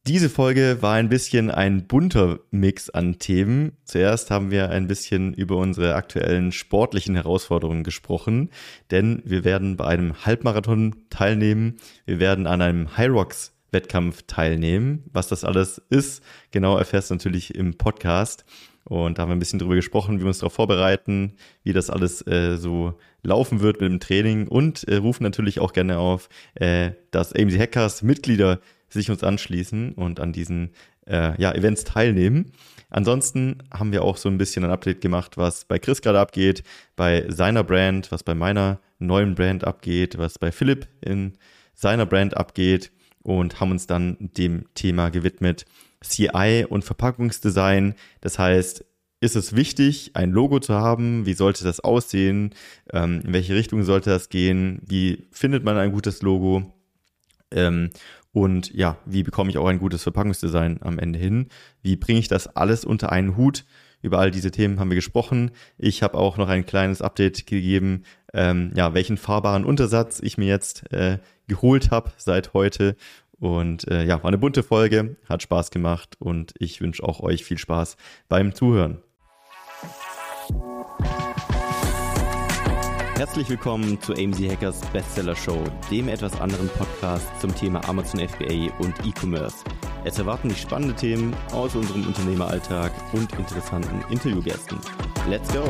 Diese Folge war ein bisschen ein bunter Mix an Themen. Zuerst haben wir ein bisschen über unsere aktuellen sportlichen Herausforderungen gesprochen, denn wir werden bei einem Halbmarathon teilnehmen. Wir werden an einem Hyrox-Wettkampf teilnehmen. Was das alles ist, genau erfährst du natürlich im Podcast. Und da haben wir ein bisschen drüber gesprochen, wie wir uns darauf vorbereiten, wie das alles so laufen wird mit dem Training und rufen natürlich auch gerne auf, dass AMZ Hackers Mitglieder sich uns anschließen und an diesen Events teilnehmen. Ansonsten haben wir auch so ein bisschen ein Update gemacht, was bei Chris gerade abgeht, bei seiner Brand, was bei meiner neuen Brand abgeht, was bei Philipp in seiner Brand abgeht und haben uns dann dem Thema gewidmet, CI und Verpackungsdesign. Das heißt, ist es wichtig, ein Logo zu haben? Wie sollte das aussehen? In welche Richtung sollte das gehen? Wie findet man ein gutes Logo? Und ja, wie bekomme ich auch ein gutes Verpackungsdesign am Ende hin? Wie bringe ich das alles unter einen Hut? Über all diese Themen haben wir gesprochen. Ich habe auch noch ein kleines Update gegeben, welchen fahrbaren Untersatz ich mir jetzt geholt habe seit heute. Und war eine bunte Folge, hat Spaß gemacht und ich wünsche auch euch viel Spaß beim Zuhören. Herzlich willkommen zu AMZ Hackers Bestseller Show, dem etwas anderen Podcast zum Thema Amazon FBA und E-Commerce. Es erwarten dich spannende Themen aus unserem Unternehmeralltag und interessanten Interviewgästen. Let's go!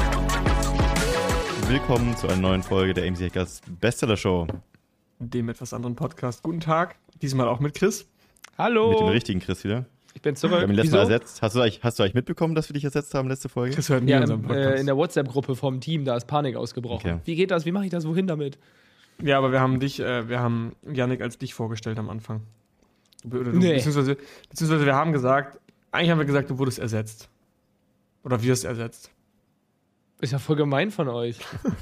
Willkommen zu einer neuen Folge der AMZ Hackers Bestseller Show. Dem etwas anderen Podcast. Guten Tag, diesmal auch mit Chris. Hallo! Mit dem richtigen Chris wieder. Ich bin zurück. Wir haben ihn letztes Mal ersetzt. Hast du eigentlich mitbekommen, dass wir dich ersetzt haben, letzte Folge? Chris hört nie unseren Podcast. In der WhatsApp-Gruppe vom Team, da ist Panik ausgebrochen. Okay. Wie geht das? Wie mache ich das? Wohin damit? Ja, aber wir haben Yannick als dich vorgestellt am Anfang. Nee. Beziehungsweise wir haben gesagt, du wurdest ersetzt. Oder wirst ersetzt. Ist ja voll gemein von euch.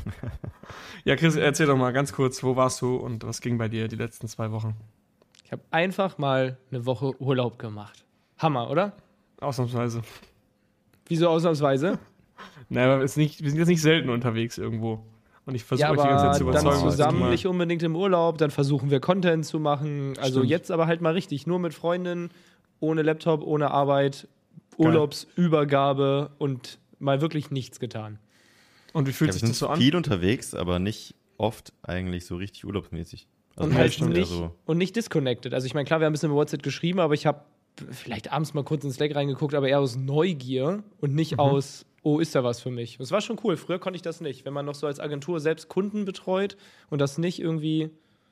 Ja, Chris, erzähl doch mal ganz kurz, wo warst du und was ging bei dir die letzten 2 Wochen? Ich habe einfach mal eine Woche Urlaub gemacht. Hammer, oder? Ausnahmsweise. Wieso ausnahmsweise? Naja, wir sind jetzt nicht selten unterwegs irgendwo. Und ich versuche euch die ganze Zeit zu überzeugen. Dann zusammen, nicht unbedingt im Urlaub, dann versuchen wir Content zu machen. Also Stimmt. Jetzt aber halt mal richtig, nur mit Freundin, ohne Laptop, ohne Arbeit, Urlaubsübergabe und mal wirklich nichts getan. Und wie fühlt sich das so an? Viel unterwegs, aber nicht oft eigentlich so richtig urlaubsmäßig. Also und nicht disconnected. Also ich meine, klar, wir haben ein bisschen mit WhatsApp geschrieben, aber ich habe vielleicht abends mal kurz ins Slack reingeguckt, aber eher aus Neugier und nicht aus, oh, ist da was für mich. Das war schon cool. Früher konnte ich das nicht. Wenn man noch so als Agentur selbst Kunden betreut und das nicht irgendwie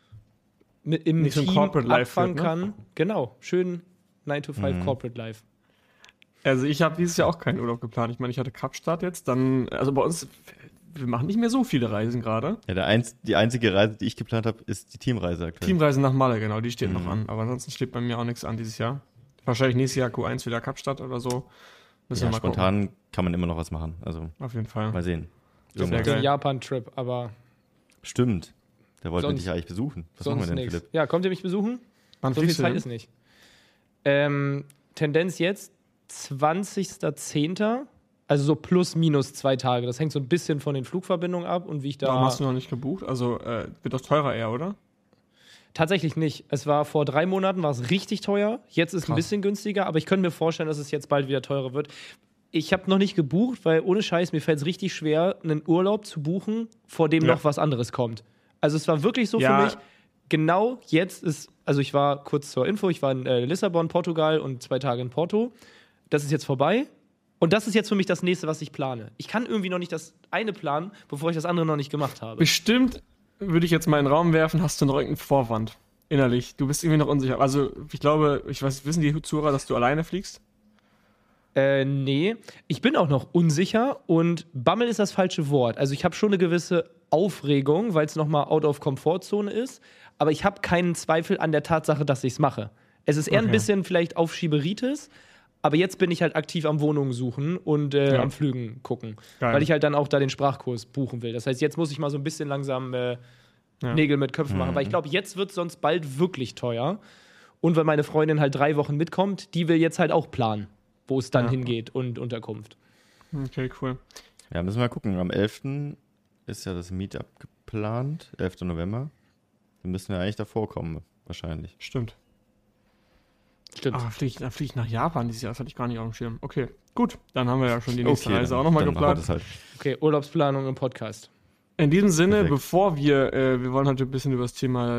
im nicht Team so Corporate abfangen Life kann. Ne? Genau, schön 9-to-5 Corporate Life. Also ich habe dieses Jahr auch keinen Urlaub geplant. Ich meine, ich hatte Kapstadt jetzt, dann, also bei uns, wir machen nicht mehr so viele Reisen gerade. Ja, die einzige Reise, die ich geplant habe, ist die Teamreise aktuell. Teamreise nach Malle, genau, die steht noch an. Aber ansonsten steht bei mir auch nichts an dieses Jahr. Wahrscheinlich nächstes Jahr Q1 wieder Kapstadt oder so. Müssen wir mal spontan gucken. Kann man immer noch was machen. Also auf jeden Fall. Mal sehen. Sehr geil. Den Japan-Trip, aber... Stimmt. Da wollten wir dich eigentlich besuchen. Was machen wir denn, nix. Philipp? Ja, kommt ihr mich besuchen? Wann so viel Zeit ist nicht. Tendenz jetzt 20.10., also so plus minus 2 Tage. Das hängt so ein bisschen von den Flugverbindungen ab und wie ich da... Warum hast du noch nicht gebucht? Also wird das teurer eher, oder? Tatsächlich nicht. Es war vor 3 Monaten, war es richtig teuer. Jetzt ist es ein bisschen günstiger, aber ich könnte mir vorstellen, dass es jetzt bald wieder teurer wird. Ich habe noch nicht gebucht, weil ohne Scheiß, mir fällt es richtig schwer, einen Urlaub zu buchen, vor dem noch was anderes kommt. Also es war wirklich so für mich, genau jetzt ist, also ich war kurz zur Info, ich war in Lissabon, Portugal und 2 Tage in Porto. Das ist jetzt vorbei. Und das ist jetzt für mich das nächste, was ich plane. Ich kann irgendwie noch nicht das eine planen, bevor ich das andere noch nicht gemacht habe. Bestimmt, würde ich jetzt mal in den Raum werfen, hast du noch irgendeinen Vorwand innerlich. Du bist irgendwie noch unsicher. Also ich glaube, wissen die Zuhörer, dass du alleine fliegst? Nee. Ich bin auch noch unsicher und Bammel ist das falsche Wort. Also ich habe schon eine gewisse Aufregung, weil es nochmal out of Komfortzone ist. Aber ich habe keinen Zweifel an der Tatsache, dass ich es mache. Es ist eher ein bisschen vielleicht Aufschieberitis. Aber jetzt bin ich halt aktiv am Wohnungen suchen und am Flügen gucken. Geil. Weil ich halt dann auch da den Sprachkurs buchen will. Das heißt, jetzt muss ich mal so ein bisschen langsam Nägel mit Köpfen machen. Weil ich glaube, jetzt wird es sonst bald wirklich teuer. Und weil meine Freundin halt 3 Wochen mitkommt, die will jetzt halt auch planen, wo es dann hingeht und Unterkunft. Okay, cool. Ja, müssen wir mal gucken. Am 11. ist ja das Meetup geplant, 11. November. Dann müssen wir eigentlich davor kommen, wahrscheinlich. Stimmt. Stimmt. Ah, flieg ich nach Japan dieses Jahr, das hatte ich gar nicht auf dem Schirm. Okay, gut, dann haben wir ja schon die nächste Okay, Reise dann- auch nochmal dann machen wir geplant. das halt. Okay, Urlaubsplanung im Podcast. In diesem Sinne, Perfekt. bevor wir wollen heute ein bisschen über das Thema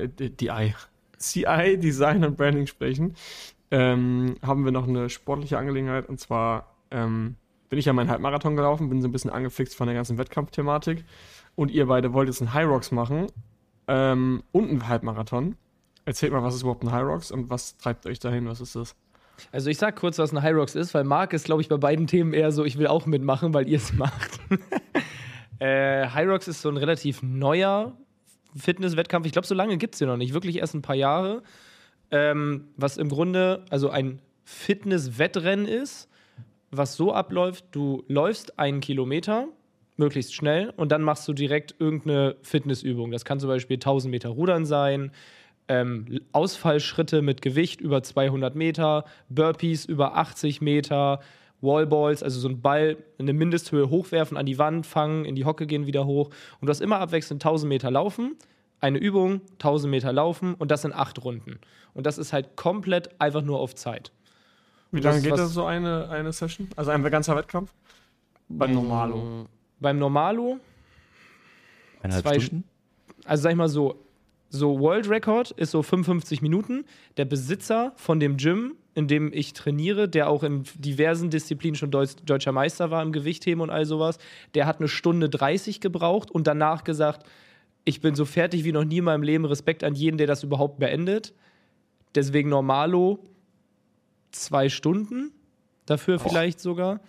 CI, Design und Branding sprechen, haben wir noch eine sportliche Angelegenheit. Und zwar bin ich ja meinen Halbmarathon gelaufen, bin so ein bisschen angefixt von der ganzen Wettkampfthematik. Und ihr beide wollt jetzt einen High Rocks machen und einen Halbmarathon. Erzählt mal, was ist überhaupt ein High Rocks und was treibt euch dahin? Was ist das? Also ich sag kurz, was ein High Rocks ist, weil Marc ist, glaube ich, bei beiden Themen eher so, ich will auch mitmachen, weil ihr es macht. High Rocks ist so ein relativ neuer Fitnesswettkampf. Ich glaube, so lange gibt es den noch nicht, wirklich erst ein paar Jahre. Was im Grunde also ein Fitnesswettrennen ist, was so abläuft, du läufst 1 Kilometer, möglichst schnell, und dann machst du direkt irgendeine Fitnessübung. Das kann zum Beispiel 1000 Meter Rudern sein, Ausfallschritte mit Gewicht über 200 Meter, Burpees über 80 Meter, Wallballs, also so einen Ball in eine Mindesthöhe hochwerfen, an die Wand fangen, in die Hocke gehen, wieder hoch. Und du hast immer abwechselnd 1000 Meter laufen, eine Übung, 1000 Meter laufen und das in 8 Runden. Und das ist halt komplett einfach nur auf Zeit. Wie Und lange das, geht was- das so eine Session? Also ein ganzer Wettkampf? Beim Normalo. Beim Normalo, 1,5 2 Stunden? also sag ich mal so World Record ist so 55 Minuten. Der Besitzer von dem Gym, in dem ich trainiere, der auch in diversen Disziplinen schon deutscher Meister war im Gewichtheben und all sowas, der hat 1 Stunde 30 gebraucht und danach gesagt, ich bin so fertig wie noch nie in meinem Leben, Respekt an jeden, der das überhaupt beendet. Deswegen Normalo 2 Stunden, dafür vielleicht sogar.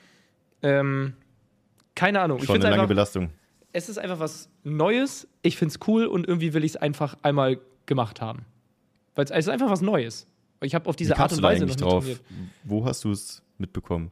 Keine Ahnung. Ich Schon find's eine lange einfach, Belastung. es ist einfach was Neues. Ich finde es cool und irgendwie will ich es einfach einmal gemacht haben. Weil es ist einfach was Neues. Ich habe auf Wie diese Art kamst und du da Weise noch eigentlich nicht drauf? trainiert. Wo hast du es mitbekommen?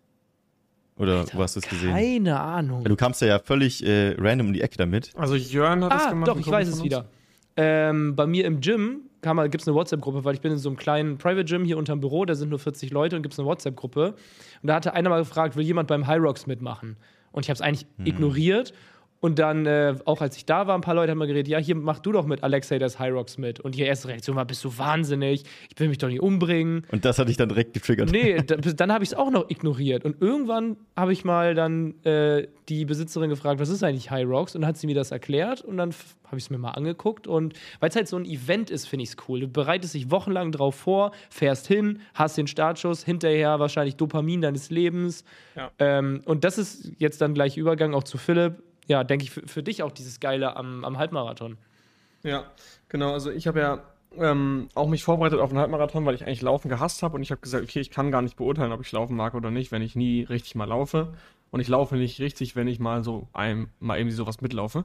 Oder wo hast du es gesehen? Keine Ahnung. Ja, du kamst ja völlig random um die Ecke damit. Also Jörn hat das gemacht. Doch, ein ich Kumpel weiß es von uns. wieder. Bei mir im Gym gibt es eine WhatsApp-Gruppe, weil ich bin in so einem kleinen Private-Gym hier unterm Büro, da sind nur 40 Leute und gibt es eine WhatsApp-Gruppe. Und da hatte einer mal gefragt, will jemand beim High Rocks mitmachen? Und ich habe es eigentlich ignoriert. Und dann, auch als ich da war, ein paar Leute haben mir geredet, ja, hier mach du doch mit Alexei das High Rocks mit. Und die erste Reaktion war, bist du wahnsinnig? Ich will mich doch nicht umbringen. Und das hat dich dann direkt getriggert. Nee, dann habe ich es auch noch ignoriert. Und irgendwann habe ich mal dann die Besitzerin gefragt, was ist eigentlich High Rocks? Und dann hat sie mir das erklärt und dann habe ich es mir mal angeguckt. Und weil es halt so ein Event ist, finde ich es cool. Du bereitest dich wochenlang drauf vor, fährst hin, hast den Startschuss, hinterher wahrscheinlich Dopamin deines Lebens. Ja. Und das ist jetzt dann gleich Übergang auch zu Philipp. Ja, denke ich, für dich auch dieses Geile am Halbmarathon. Ja, genau. Also ich habe ja auch mich vorbereitet auf einen Halbmarathon, weil ich eigentlich Laufen gehasst habe und ich habe gesagt, okay, ich kann gar nicht beurteilen, ob ich laufen mag oder nicht, wenn ich nie richtig mal laufe. Und ich laufe nicht richtig, wenn ich mal so mal irgendwie sowas mitlaufe.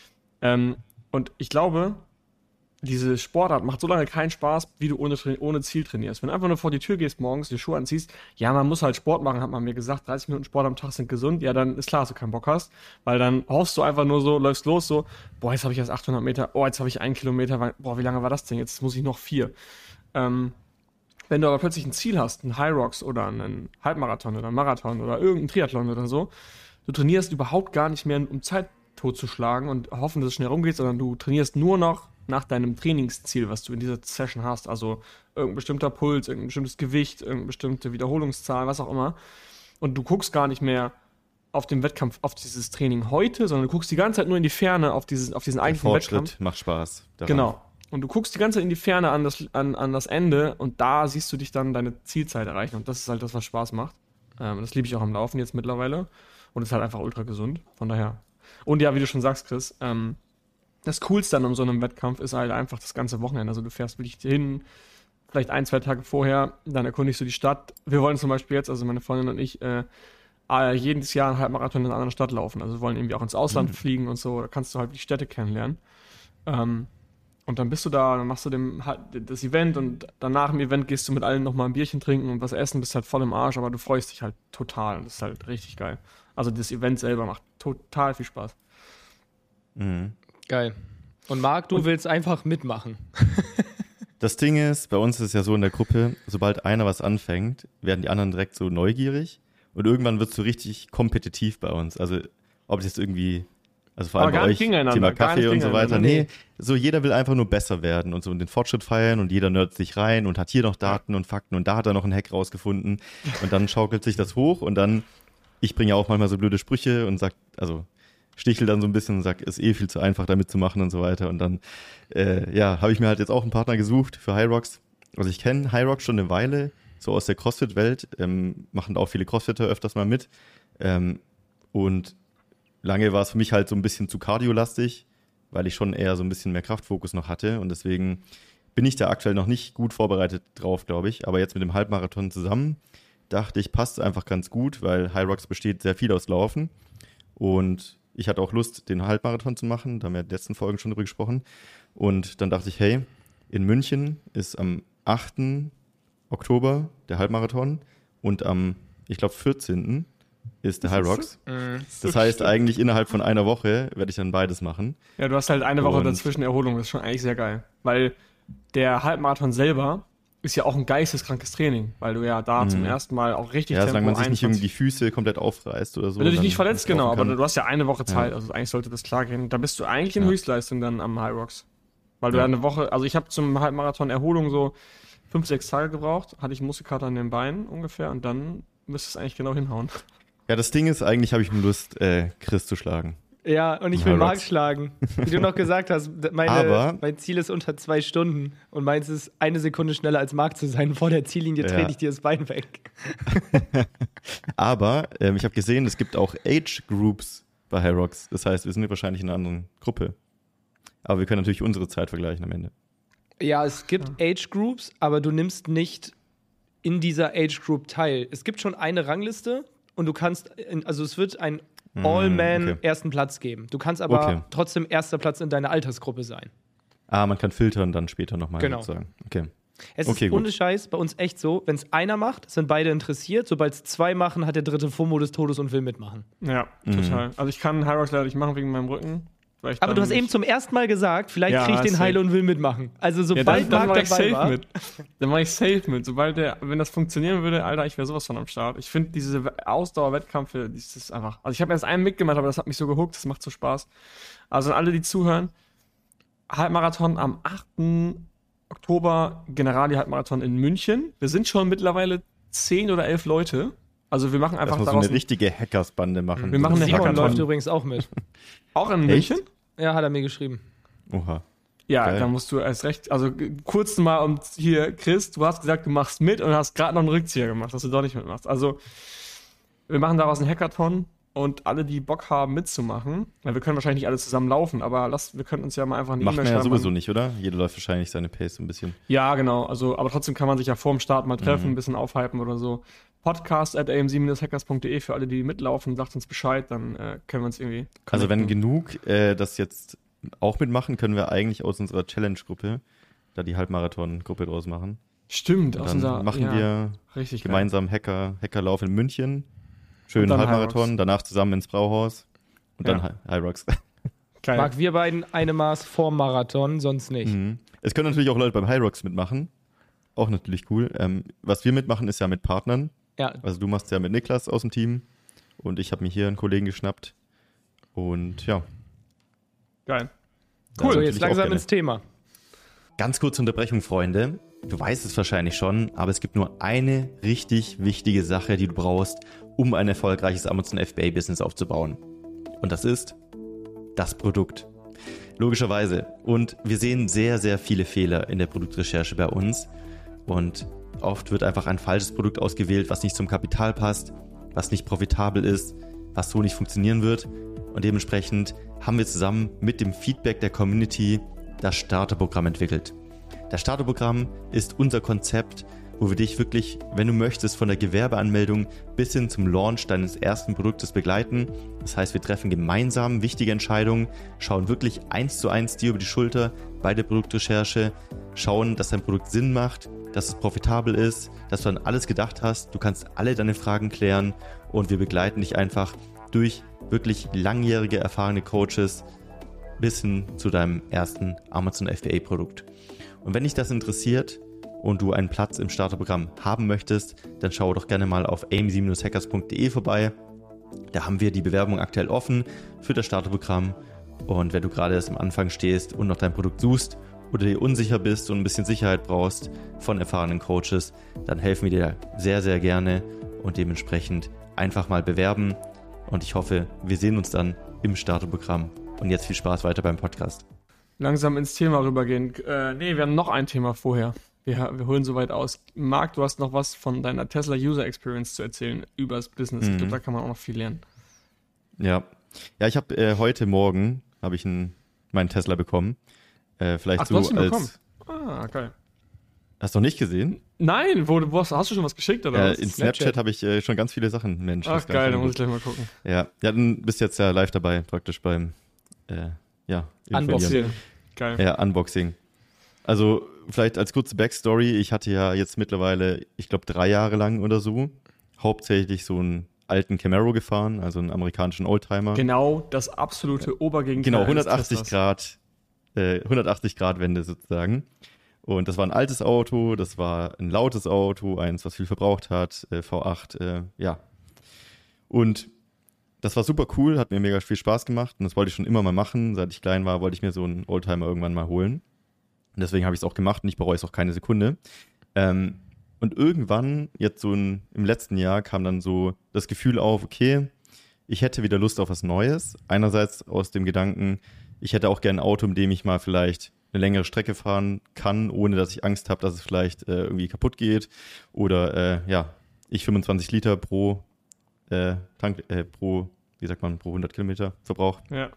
Und ich glaube, diese Sportart macht so lange keinen Spaß, wie du ohne Ziel trainierst. Wenn du einfach nur vor die Tür gehst morgens, die Schuhe anziehst, ja, man muss halt Sport machen, hat man mir gesagt, 30 Minuten Sport am Tag sind gesund, ja, dann ist klar, dass du keinen Bock hast, weil dann hoffst du einfach nur so, läufst los, so, boah, jetzt habe ich erst 800 Meter, oh, jetzt habe ich 1 Kilometer, boah, wie lange war das denn? Jetzt muss ich noch 4. Wenn du aber plötzlich ein Ziel hast, einen High Rocks oder einen Halbmarathon oder einen Marathon oder irgendeinen Triathlon oder so, du trainierst überhaupt gar nicht mehr, um Zeit totzuschlagen und hoffen, dass es schnell rumgeht, sondern du trainierst nur noch nach deinem Trainingsziel, was du in dieser Session hast. Also irgendein bestimmter Puls, irgendein bestimmtes Gewicht, irgendeine bestimmte Wiederholungszahl, was auch immer. Und du guckst gar nicht mehr auf den Wettkampf, auf dieses Training heute, sondern du guckst die ganze Zeit nur in die Ferne auf diesen Der eigentlichen Fortschritt Wettkampf. macht Spaß. daran. Genau. Und du guckst die ganze Zeit in die Ferne an das Ende und da siehst du dich dann deine Zielzeit erreichen. Und das ist halt das, was Spaß macht. Das liebe ich auch am Laufen jetzt mittlerweile. Und ist halt einfach ultra gesund. Von daher. Und ja, wie du schon sagst, Chris, das Coolste an so einem Wettkampf ist halt einfach das ganze Wochenende. Also du fährst wirklich hin, vielleicht 1, 2 Tage vorher, dann erkundigst du die Stadt. Wir wollen zum Beispiel jetzt, also meine Freundin und ich, jedes Jahr einen Halbmarathon in einer anderen Stadt laufen. Also wir wollen irgendwie auch ins Ausland fliegen und so. Da kannst du halt die Städte kennenlernen. Und dann bist du da, dann machst du das Event und danach im Event gehst du mit allen nochmal ein Bierchen trinken und was essen, bist halt voll im Arsch, aber du freust dich halt total. Das ist halt richtig geil. Also das Event selber macht total viel Spaß. Mhm. Geil. Und Marc, du willst einfach mitmachen. Das Ding ist, bei uns ist es ja so in der Gruppe, sobald einer was anfängt, werden die anderen direkt so neugierig und irgendwann wird es so richtig kompetitiv bei uns. Also ob es jetzt irgendwie Also vor allem bei euch, Thema Kaffee und so weiter. Nee, so jeder will einfach nur besser werden und so den Fortschritt feiern und jeder nerdet sich rein und hat hier noch Daten und Fakten und da hat er noch einen Hack rausgefunden und dann schaukelt sich das hoch und dann, ich bringe ja auch manchmal so blöde Sprüche und stichel dann so ein bisschen und sag, ist viel zu einfach damit zu machen und so weiter und dann, habe ich mir halt jetzt auch einen Partner gesucht für Hyrox. Also ich kenne Hyrox schon eine Weile, so aus der CrossFit-Welt, machen auch viele Crossfitter öfters mal mit und lange war es für mich halt so ein bisschen zu kardiolastig, weil ich schon eher so ein bisschen mehr Kraftfokus noch hatte und deswegen bin ich da aktuell noch nicht gut vorbereitet drauf, glaube ich. Aber jetzt mit dem Halbmarathon zusammen dachte ich, passt einfach ganz gut, weil Hyrox besteht sehr viel aus Laufen und ich hatte auch Lust, den Halbmarathon zu machen, da haben wir in den letzten Folgen schon drüber gesprochen und dann dachte ich, hey, in München ist am 8. Oktober der Halbmarathon und am, ich glaube, 14. ist der Hyrox. Das heißt, eigentlich innerhalb von einer Woche werde ich dann beides machen. Ja, du hast halt eine Woche dazwischen Erholung, das ist schon eigentlich sehr geil. Weil der Halbmarathon selber ist ja auch ein geisteskrankes Training, weil du ja da zum ersten Mal auch richtig Tempo solange man sich nicht irgendwie die Füße komplett aufreißt oder so. Wenn du dich nicht verletzt, genau, aber du hast ja eine Woche Zeit, also eigentlich sollte das klar gehen. Da bist du eigentlich in Höchstleistung dann am Hyrox. Weil du ja eine Woche, also ich habe zum Halbmarathon Erholung so 5-6 Tage gebraucht, hatte ich einen Muskelkater an den Beinen ungefähr und dann müsste es eigentlich genau hinhauen. Ja, das Ding ist, eigentlich habe ich nur Lust, Chris zu schlagen. Ja, und ich will Marc schlagen. Wie du noch gesagt hast, mein Ziel ist unter 2 Stunden und meins ist 1 Sekunde schneller als Marc zu sein. Vor der Ziellinie trete ich dir das Bein weg. Aber ich habe gesehen, es gibt auch Age Groups bei Hyrox. Das heißt, wir sind wahrscheinlich in einer anderen Gruppe. Aber wir können natürlich unsere Zeit vergleichen am Ende. Ja, es gibt Age Groups, aber du nimmst nicht in dieser Age Group teil. Es gibt schon eine Rangliste und du kannst, also es wird ein All-Man ersten Platz geben. Du kannst aber trotzdem erster Platz in deiner Altersgruppe sein. Man kann filtern dann später nochmal sozusagen. Okay. Es ist ohne Scheiß bei uns echt so, wenn es einer macht, sind beide interessiert. Sobald es 2 machen, hat der dritte FOMO des Todes und will mitmachen. Ja, total. Also ich kann Hyrox leider nicht machen wegen meinem Rücken. Aber du hast eben zum ersten Mal gesagt, vielleicht kriege ich den Heile und will mitmachen. Also sobald Marc dabei war. Dann mache ich safe mit. Wenn das funktionieren würde, Alter, ich wäre sowas von am Start. Ich finde diese Ausdauer-Wettkämpfe, das ist einfach. Also ich habe erst einen mitgemacht, aber das hat mich so gehuckt, das macht so Spaß. Also an alle, die zuhören, Halbmarathon am 8. Oktober, Generali-Halbmarathon in München. Wir sind schon mittlerweile 10 oder 11 Leute. Also wir machen einfach daraus so eine richtige Hackersbande machen. Wir machen eine Hackathon. Simon läuft übrigens auch mit. Auch in München? Ja, hat er mir geschrieben. Oha. Ja, geil. Da musst du erst recht, also kurz mal hier, Chris, du hast gesagt, du machst mit und hast gerade noch einen Rückzieher gemacht, dass du doch nicht mitmachst. Also wir machen daraus einen Hackathon und alle, die Bock haben mitzumachen, weil wir können wahrscheinlich nicht alle zusammen laufen, aber wir können uns ja mal einfach eine E-Mail schreiben. Macht man ja sowieso nicht, oder? Jeder läuft wahrscheinlich seine Pace ein bisschen. Ja, genau, also aber trotzdem kann man sich ja vorm Start mal treffen, ein bisschen aufhypen oder so. podcast@amc-hackers.de für alle, die mitlaufen, sagt uns Bescheid, dann können wir uns irgendwie connecten. Also wenn genug das jetzt auch mitmachen, können wir eigentlich aus unserer Challenge-Gruppe da die Halbmarathon-Gruppe draus machen. Stimmt. Und dann machen wir gemeinsam Hackerlauf in München, schönen Halbmarathon, danach zusammen ins Brauhaus und dann Hyrox. Marc, wir beiden eine Maß vorm Marathon, sonst nicht. Es können natürlich auch Leute beim Hyrox mitmachen, auch natürlich cool. Was wir mitmachen, ist ja mit Partnern. Ja. Also du machst ja mit Niklas aus dem Team und ich habe mir hier einen Kollegen geschnappt und ja. Geil. Cool, so jetzt langsam ins Thema. Ganz kurze Unterbrechung, Freunde. Du weißt es wahrscheinlich schon, aber es gibt nur eine richtig wichtige Sache, die du brauchst, um ein erfolgreiches Amazon FBA-Business aufzubauen. Und das ist das Produkt. Logischerweise. Und wir sehen sehr, sehr viele Fehler in der Produktrecherche bei uns. Und oft wird einfach ein falsches Produkt ausgewählt, was nicht zum Kapital passt, was nicht profitabel ist, was so nicht funktionieren wird. Und dementsprechend haben wir zusammen mit dem Feedback der Community das Starterprogramm entwickelt. Das Starterprogramm ist unser Konzept, wo wir dich wirklich, wenn du möchtest, von der Gewerbeanmeldung bis hin zum Launch deines ersten Produktes begleiten. Das heißt, wir treffen gemeinsam wichtige Entscheidungen, schauen wirklich 1:1 dir über die Schulter bei der Produktrecherche, schauen, dass dein Produkt Sinn macht, dass es profitabel ist, dass du an alles gedacht hast, du kannst alle deine Fragen klären und wir begleiten dich einfach durch wirklich langjährige, erfahrene Coaches bis hin zu deinem ersten Amazon FBA-Produkt. Und wenn dich das interessiert und du einen Platz im Starterprogramm haben möchtest, dann schau doch gerne mal auf amc-hackers.de vorbei Da haben wir die Bewerbung aktuell offen für das Starterprogramm. Und wenn du gerade erst am Anfang stehst und noch dein Produkt suchst oder dir unsicher bist und ein bisschen Sicherheit brauchst von erfahrenen Coaches, dann helfen wir dir sehr, sehr gerne und dementsprechend einfach mal bewerben. Und ich hoffe, wir sehen uns dann im Starterprogramm. Und jetzt viel Spaß weiter beim Podcast. Langsam ins Thema rübergehen. Wir haben noch ein Thema vorher. Wir holen soweit aus. Marc, du hast noch was von deiner Tesla User Experience zu erzählen übers Business. Ich glaube, da kann man auch noch viel lernen. Ja, ich habe heute Morgen meinen Tesla bekommen. Vielleicht Ach, so du hast ihn als. bekommen? Ah, geil. Hast du noch nicht gesehen? Nein, hast du schon was geschickt oder was? In Snapchat habe ich schon ganz viele Sachen. Mensch, Ach geil, dann muss ich gleich mal gucken. Ja, dann bist du jetzt ja live dabei, praktisch beim Unboxing. Geil. Ja, Unboxing. Also vielleicht als kurze Backstory, ich hatte ja jetzt mittlerweile, ich glaube 3 Jahre lang oder so, hauptsächlich so einen alten Camaro gefahren, also einen amerikanischen Oldtimer. Genau, das absolute Obergegenteil. Genau, 180 Grad Wende sozusagen. Und das war ein altes Auto, das war ein lautes Auto, eins, was viel verbraucht hat, V8, ja. Und das war super cool, hat mir mega viel Spaß gemacht und das wollte ich schon immer mal machen. Seit ich klein war, wollte ich mir so einen Oldtimer irgendwann mal holen. Und deswegen habe ich es auch gemacht und ich bereue es auch keine Sekunde. Und irgendwann, jetzt so im letzten Jahr, kam dann so das Gefühl auf, okay, ich hätte wieder Lust auf was Neues. Einerseits aus dem Gedanken, ich hätte auch gerne ein Auto, in dem ich mal vielleicht eine längere Strecke fahren kann, ohne dass ich Angst habe, dass es vielleicht irgendwie kaputt geht. Oder ich 25 Liter pro Tank, pro 100 Kilometer Verbrauch. Ja.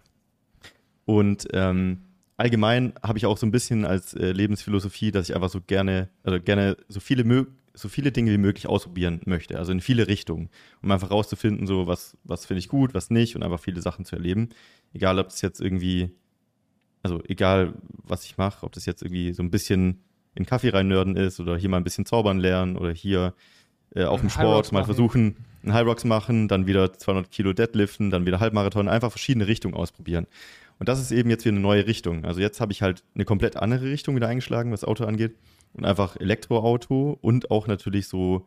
Und allgemein habe ich auch so ein bisschen als Lebensphilosophie, dass ich einfach so gerne so viele Dinge wie möglich ausprobieren möchte, also in viele Richtungen, um einfach rauszufinden, so was finde ich gut, was nicht und einfach viele Sachen zu erleben. Egal, ob das jetzt irgendwie, also egal, was ich mache, ob das jetzt irgendwie so ein bisschen in Kaffee reinnörden ist oder hier mal ein bisschen zaubern lernen oder hier auf dem Sport mal versuchen, einen High Rocks machen, dann wieder 200 Kilo Deadliften, dann wieder Halbmarathon, einfach verschiedene Richtungen ausprobieren. Und das ist eben jetzt wieder eine neue Richtung. Also jetzt habe ich halt eine komplett andere Richtung wieder eingeschlagen, was Auto angeht. Und einfach Elektroauto und auch natürlich so,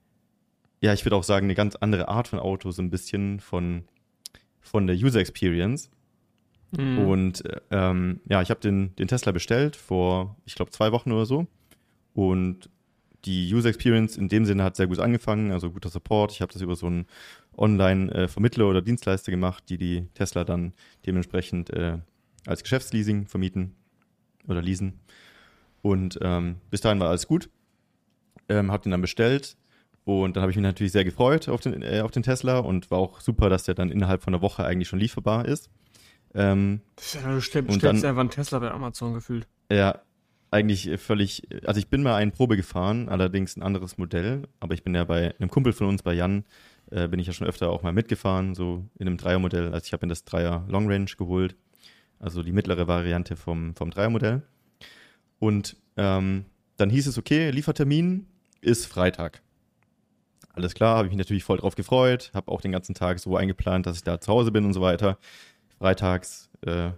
ja, ich würde auch sagen, eine ganz andere Art von Auto, so ein bisschen von der User Experience. Mhm. Und ich habe den Tesla bestellt vor, ich glaube, 2 Wochen oder so. Und die User Experience in dem Sinne hat sehr gut angefangen, also guter Support. Ich habe das über so einen Online-Vermittler oder Dienstleister gemacht, die Tesla dann dementsprechend als Geschäftsleasing vermieten oder leasen. Und bis dahin war alles gut. Habe den dann bestellt und dann habe ich mich natürlich sehr gefreut auf den Tesla und war auch super, dass der dann innerhalb von einer Woche eigentlich schon lieferbar ist. Du bestellst einfach einen Tesla bei Amazon gefühlt. Ja, eigentlich völlig, also ich bin mal einen Probe gefahren, allerdings ein anderes Modell, aber ich bin ja bei einem Kumpel von uns, bei Jan, bin ich ja schon öfter auch mal mitgefahren, so in einem Dreiermodell. Also ich habe mir das Dreier Long Range geholt, also die mittlere Variante vom Dreiermodell. Und dann hieß es, okay, Liefertermin ist Freitag. Alles klar, habe ich mich natürlich voll drauf gefreut, habe auch den ganzen Tag so eingeplant, dass ich da zu Hause bin und so weiter. Freitags,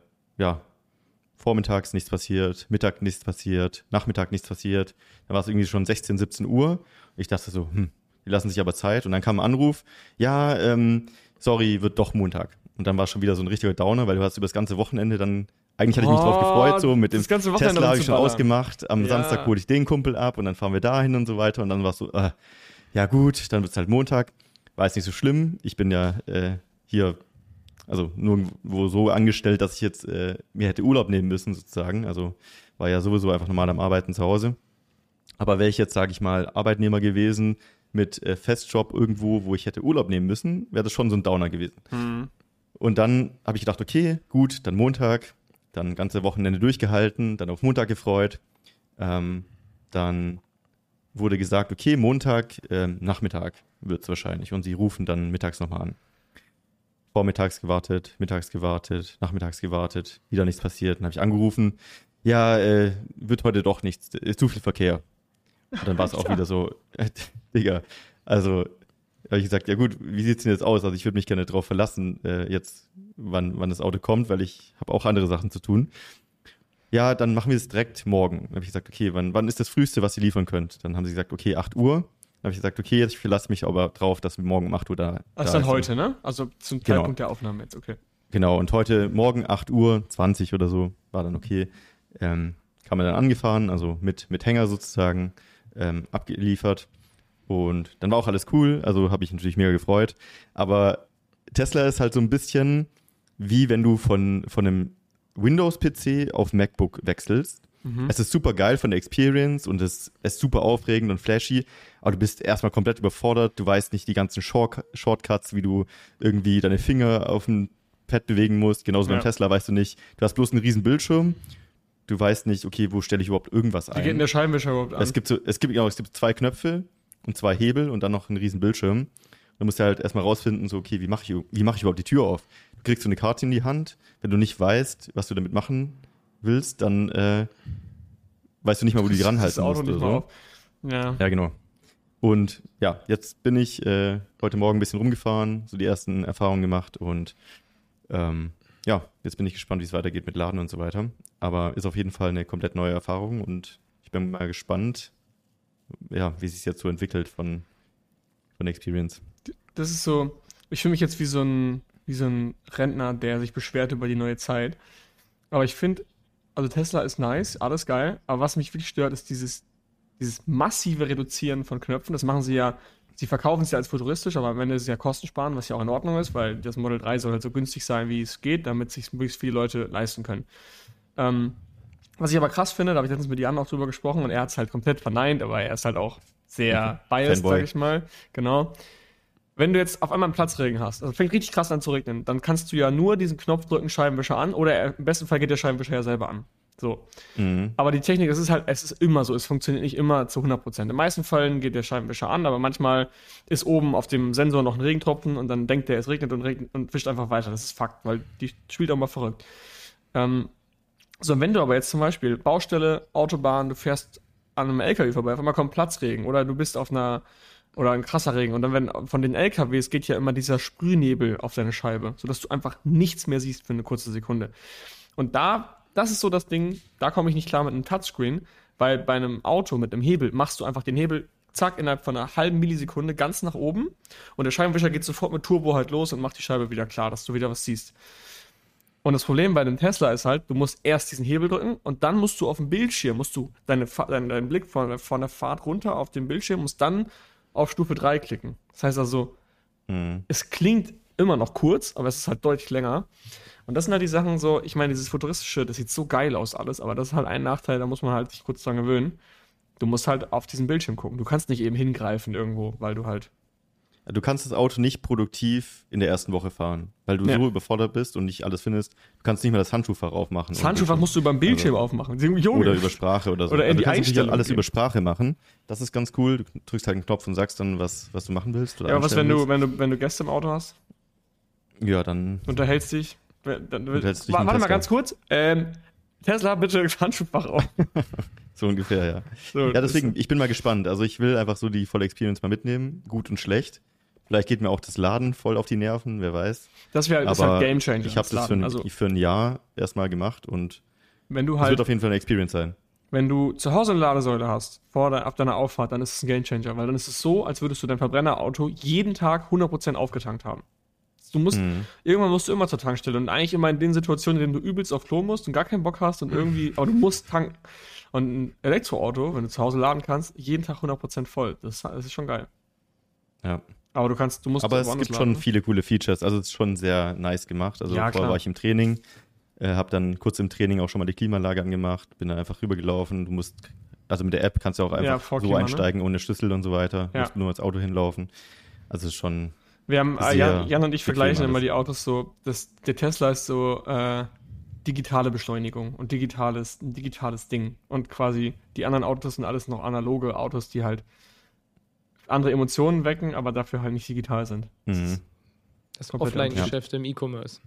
vormittags nichts passiert, Mittag nichts passiert, Nachmittag nichts passiert. Dann war es irgendwie schon 16, 17 Uhr. Ich dachte so, die lassen sich aber Zeit. Und dann kam ein Anruf, sorry, wird doch Montag. Und dann war es schon wieder so ein richtiger Downer, weil du hast über das ganze Wochenende dann, eigentlich hatte ich mich drauf gefreut, so mit dem Tesla habe ich schon ausgemacht. Am Samstag hole ich den Kumpel ab und dann fahren wir dahin und so weiter. Und dann war es so, ja gut, dann wird es halt Montag. War jetzt nicht so schlimm. Ich bin ja hier, also nirgendwo so angestellt, dass ich jetzt mir hätte Urlaub nehmen müssen sozusagen. Also war ja sowieso einfach normal am Arbeiten zu Hause. Aber wäre ich jetzt, sage ich mal, Arbeitnehmer gewesen mit Festjob irgendwo, wo ich hätte Urlaub nehmen müssen, wäre das schon so ein Downer gewesen. Mhm. Und dann habe ich gedacht, okay, gut, dann Montag, dann ganze Wochenende durchgehalten, dann auf Montag gefreut. Dann wurde gesagt, okay, Montag, Nachmittag wird es wahrscheinlich. Und sie rufen dann mittags nochmal an. Vormittags gewartet, mittags gewartet, nachmittags gewartet, wieder nichts passiert. Dann habe ich angerufen, ja, wird heute doch nichts, zu viel Verkehr. Und dann war es auch wieder so, Digga, also habe ich gesagt, ja gut, wie sieht es denn jetzt aus? Also ich würde mich gerne darauf verlassen, jetzt, wann das Auto kommt, weil ich habe auch andere Sachen zu tun. Ja, dann machen wir es direkt morgen. Dann habe ich gesagt, okay, wann ist das Früheste, was ihr liefern könnt? Dann haben sie gesagt, okay, 8 Uhr. habe ich gesagt, okay, jetzt verlasse mich aber drauf, dass wir morgen um 8 Uhr da Das ist dann heute, ne? Also zum Genau. Zeitpunkt der Aufnahme jetzt, okay. Genau, und heute Morgen 8:20 Uhr oder so war dann okay. Kam er dann angefahren, also mit Hänger sozusagen abgeliefert. Und dann war auch alles cool, also habe ich natürlich mega gefreut. Aber Tesla ist halt so ein bisschen wie wenn du von einem Windows-PC auf MacBook wechselst. Es ist super geil von der Experience und es ist super aufregend und flashy, aber du bist erstmal komplett überfordert. Du weißt nicht die ganzen Shortcuts, wie du irgendwie deine Finger auf dem Pad bewegen musst. Genauso beim Tesla weißt du nicht. Du hast bloß einen riesen Bildschirm. Du weißt nicht, okay, wo stelle ich überhaupt irgendwas ein. Wie geht denn der Scheibenwischer überhaupt an? Es gibt 2 Knöpfe und 2 Hebel und dann noch einen riesen Bildschirm. Du musst ja halt erstmal rausfinden, so, okay, wie mache ich überhaupt die Tür auf? Du kriegst so eine Karte in die Hand. Wenn du nicht weißt, was du damit machen willst, dann weißt du nicht mal, wo du die ranhalten musst oder so. Ja, genau. Und ja, jetzt bin ich heute Morgen ein bisschen rumgefahren, so die ersten Erfahrungen gemacht und ja, jetzt bin ich gespannt, wie es weitergeht mit Laden und so weiter. Aber ist auf jeden Fall eine komplett neue Erfahrung und ich bin mal gespannt, ja, wie es sich jetzt so entwickelt von der Experience. Das ist so, ich fühle mich jetzt wie so ein Rentner, der sich beschwert über die neue Zeit. Aber ich finde, also Tesla ist nice, alles geil, aber was mich wirklich stört, ist dieses massive Reduzieren von Knöpfen. Das machen sie ja, sie verkaufen es ja als futuristisch, aber am Ende ist es ja kostensparen, was ja auch in Ordnung ist, weil das Model 3 soll halt so günstig sein, wie es geht, damit sich möglichst viele Leute leisten können. Was ich aber krass finde, da habe ich letztens mit Jan auch drüber gesprochen und er hat es halt komplett verneint, aber er ist halt auch sehr biased, sag ich mal. Genau. Wenn du jetzt auf einmal einen Platzregen hast, also fängt richtig krass an zu regnen, dann kannst du ja nur diesen Knopf drücken, Scheibenwischer an, oder im besten Fall geht der Scheibenwischer ja selber an. So. Aber die Technik, es ist immer so, es funktioniert nicht immer zu 100%. In den meisten Fällen geht der Scheibenwischer an, aber manchmal ist oben auf dem Sensor noch ein Regentropfen und dann denkt der, es regnet und wischt einfach weiter. Das ist Fakt, weil die spielt auch mal verrückt. So, wenn du aber jetzt zum Beispiel Baustelle, Autobahn, du fährst an einem LKW vorbei, auf einmal kommt Platzregen oder du bist oder ein krasser Regen und dann von den LKWs geht ja immer dieser Sprühnebel auf deine Scheibe, sodass du einfach nichts mehr siehst für eine kurze Sekunde. Und das ist so das Ding, da komme ich nicht klar mit einem Touchscreen, weil bei einem Auto mit einem Hebel machst du einfach den Hebel, zack, innerhalb von einer halben Millisekunde ganz nach oben und der Scheibenwischer geht sofort mit Turbo halt los und macht die Scheibe wieder klar, dass du wieder was siehst. Und das Problem bei dem Tesla ist halt, du musst erst diesen Hebel drücken und dann musst du auf dem Bildschirm, deinen Blick von der Fahrt runter auf den Bildschirm, musst dann auf Stufe 3 klicken. Das heißt also, es klingt immer noch kurz, aber es ist halt deutlich länger. Und das sind halt die Sachen so, ich meine, dieses Futuristische, das sieht so geil aus alles, aber das ist halt ein Nachteil, da muss man halt sich kurz dran gewöhnen. Du musst halt auf diesen Bildschirm gucken. Du kannst nicht eben hingreifen irgendwo, weil du halt... Du kannst das Auto nicht produktiv in der ersten Woche fahren, weil du so überfordert bist und nicht alles findest. Du kannst nicht mal das Handschuhfach aufmachen. Das Handschuhfach musst du beim Bildschirm aufmachen. Junge. Oder über Sprache oder so. Oder du kannst natürlich alles über Sprache machen. Das ist ganz cool. Du drückst halt einen Knopf und sagst dann, was du machen willst. Oder ja, aber was, wenn du Gäste im Auto hast? Ja, dann... Unterhältst dich. Warte mal ganz kurz. Tesla, bitte Handschuhfach auf. So ungefähr, ja. So, ja, deswegen, ich bin mal gespannt. Also ich will einfach so die volle Experience mal mitnehmen. Gut und schlecht. Vielleicht geht mir auch das Laden voll auf die Nerven, wer weiß. Das wäre halt Game Changer. Ich habe das für ein Jahr erstmal gemacht und es wird auf jeden Fall eine Experience sein. Wenn du zu Hause eine Ladesäule hast, ab deiner Auffahrt, dann ist es ein Game Changer, weil dann ist es so, als würdest du dein Verbrennerauto jeden Tag 100% aufgetankt haben. Irgendwann musst du immer zur Tankstelle und eigentlich immer in den Situationen, in denen du übelst auf Klo musst und gar keinen Bock hast und irgendwie, aber du musst tanken. Und ein Elektroauto, wenn du zu Hause laden kannst, jeden Tag 100% voll. Das ist schon geil. Ja. Aber es gibt schon viele coole Features. Also es ist schon sehr nice gemacht. Also vorher war ich im Training, habe dann kurz im Training auch schon mal die Klimaanlage angemacht, bin dann einfach rübergelaufen. Also mit der App kannst du auch einfach so einsteigen, ohne Schlüssel und so weiter. Du musst nur ins Auto hinlaufen. Also es ist schon... Wir haben, Jan und ich vergleichen immer die Autos so, der Tesla ist so digitale Beschleunigung und ein digitales Ding. Und quasi die anderen Autos sind alles noch analoge Autos, die halt andere Emotionen wecken, aber dafür halt nicht digital sind. Das Offline-Geschäft im E-Commerce.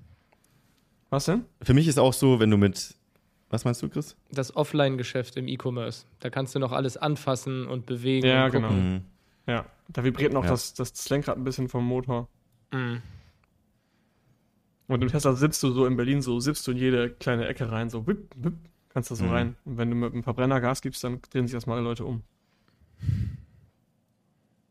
Was denn? Für mich ist auch so, wenn du was meinst du, Chris? Das Offline-Geschäft im E-Commerce. Da kannst du noch alles anfassen und bewegen. Ja, und genau. Ja, da vibriert noch das Lenkrad ein bisschen vom Motor. Und im Tesla sitzt du so in Berlin, sippst du in jede kleine Ecke rein, so wipp, wipp, kannst da so rein. Und wenn du mit einem Verbrenner Gas gibst, dann drehen sich erstmal alle Leute um.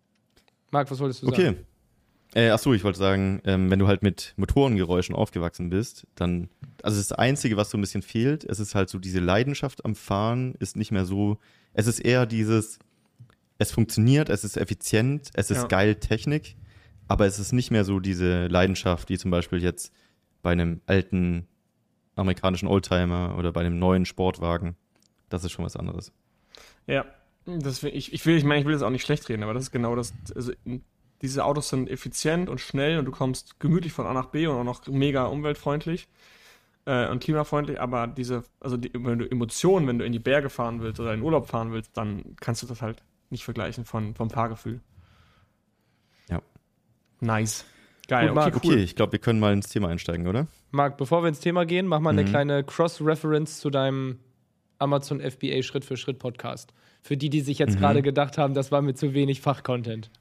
Marc, was wolltest du sagen? Okay. Achso, ich wollte sagen, wenn du halt mit Motorengeräuschen aufgewachsen bist, dann, also das Einzige, was so ein bisschen fehlt, es ist halt so diese Leidenschaft am Fahren, ist nicht mehr so, es ist eher dieses, es funktioniert, es ist effizient, es ist geil Technik, aber es ist nicht mehr so diese Leidenschaft, die zum Beispiel jetzt bei einem alten amerikanischen Oldtimer oder bei einem neuen Sportwagen. Das ist schon was anderes. Ja, ich will das auch nicht schlecht reden, aber das ist genau das. Also, diese Autos sind effizient und schnell und du kommst gemütlich von A nach B und auch noch mega umweltfreundlich und klimafreundlich, aber wenn du Emotionen, wenn du in die Berge fahren willst oder in den Urlaub fahren willst, dann kannst du das halt nicht vergleichen vom Fahrgefühl. Ja. Nice. Geil, Gut, Marc, Okay, ich glaube, wir können mal ins Thema einsteigen, oder? Marc, bevor wir ins Thema gehen, mach mal eine kleine Cross-Reference zu deinem Amazon FBA Schritt-für-Schritt-Podcast. Für die sich jetzt gerade gedacht haben, das war mir zu wenig Fachcontent.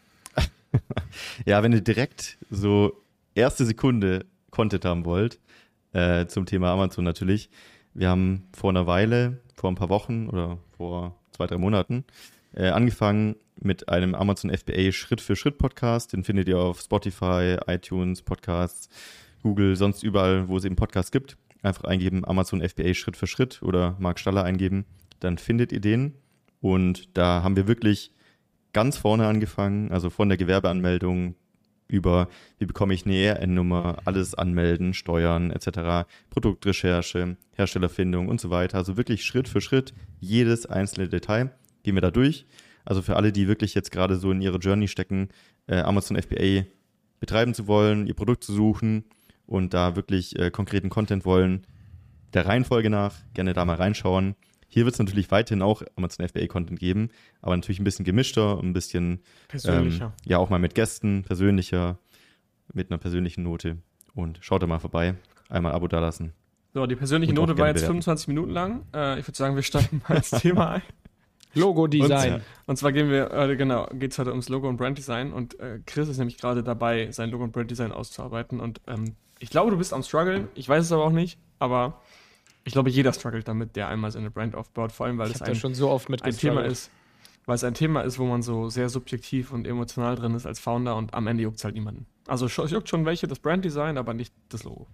Ja, wenn ihr direkt so erste Sekunde Content haben wollt, zum Thema Amazon natürlich. Wir haben vor einer Weile, vor ein paar Wochen oder vor 2-3 Monaten, angefangen mit einem Amazon FBA Schritt-für-Schritt-Podcast. Den findet ihr auf Spotify, iTunes, Podcasts, Google, sonst überall, wo es eben Podcasts gibt. Einfach eingeben, Amazon FBA Schritt für Schritt oder Marc Staller eingeben. Dann findet ihr den. Und da haben wir wirklich ganz vorne angefangen, also von der Gewerbeanmeldung über, wie bekomme ich eine ERN-Nummer, alles anmelden, Steuern etc., Produktrecherche, Herstellerfindung und so weiter. Also wirklich Schritt für Schritt, jedes einzelne Detail gehen wir da durch. Also für alle, die wirklich jetzt gerade so in ihre Journey stecken, Amazon FBA betreiben zu wollen, ihr Produkt zu suchen und da wirklich konkreten Content wollen, der Reihenfolge nach, gerne da mal reinschauen. Hier wird es natürlich weiterhin auch Amazon FBA-Content geben, aber natürlich ein bisschen gemischter, ein bisschen persönlicher. Ja, auch mal mit Gästen, persönlicher, mit einer persönlichen Note. Und schaut da mal vorbei, einmal Abo dalassen. So, die persönliche Und auch Note war gerne jetzt bewerten. 25 Minuten lang. Ich würde sagen, wir steigen mal ins Thema ein. Logo-Design. Und zwar geht es heute ums Logo- und Brand-Design und Chris ist nämlich gerade dabei, sein Logo- und Brand-Design auszuarbeiten und ich glaube, du bist am struggeln, ich weiß es aber auch nicht, aber ich glaube, jeder struggelt damit, der einmal seine Brand aufbaut, vor allem, weil Ich es habe da schon so oft mit ein Thema ist, weil es ein Thema ist, wo man so sehr subjektiv und emotional drin ist als Founder und am Ende juckt es halt niemanden. Also es juckt schon welche, das Brand-Design, aber nicht das Logo.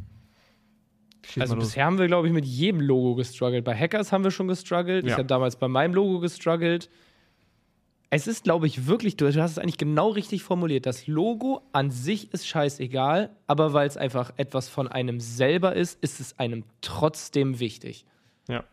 Also bisher haben wir, glaube ich, mit jedem Logo gestruggelt. Bei Hackers haben wir schon gestruggelt. Ja. Ich habe damals bei meinem Logo gestruggelt. Es ist, glaube ich, wirklich, du hast es eigentlich genau richtig formuliert. Das Logo an sich ist scheißegal, aber weil es einfach etwas von einem selber ist, ist es einem trotzdem wichtig. Ja.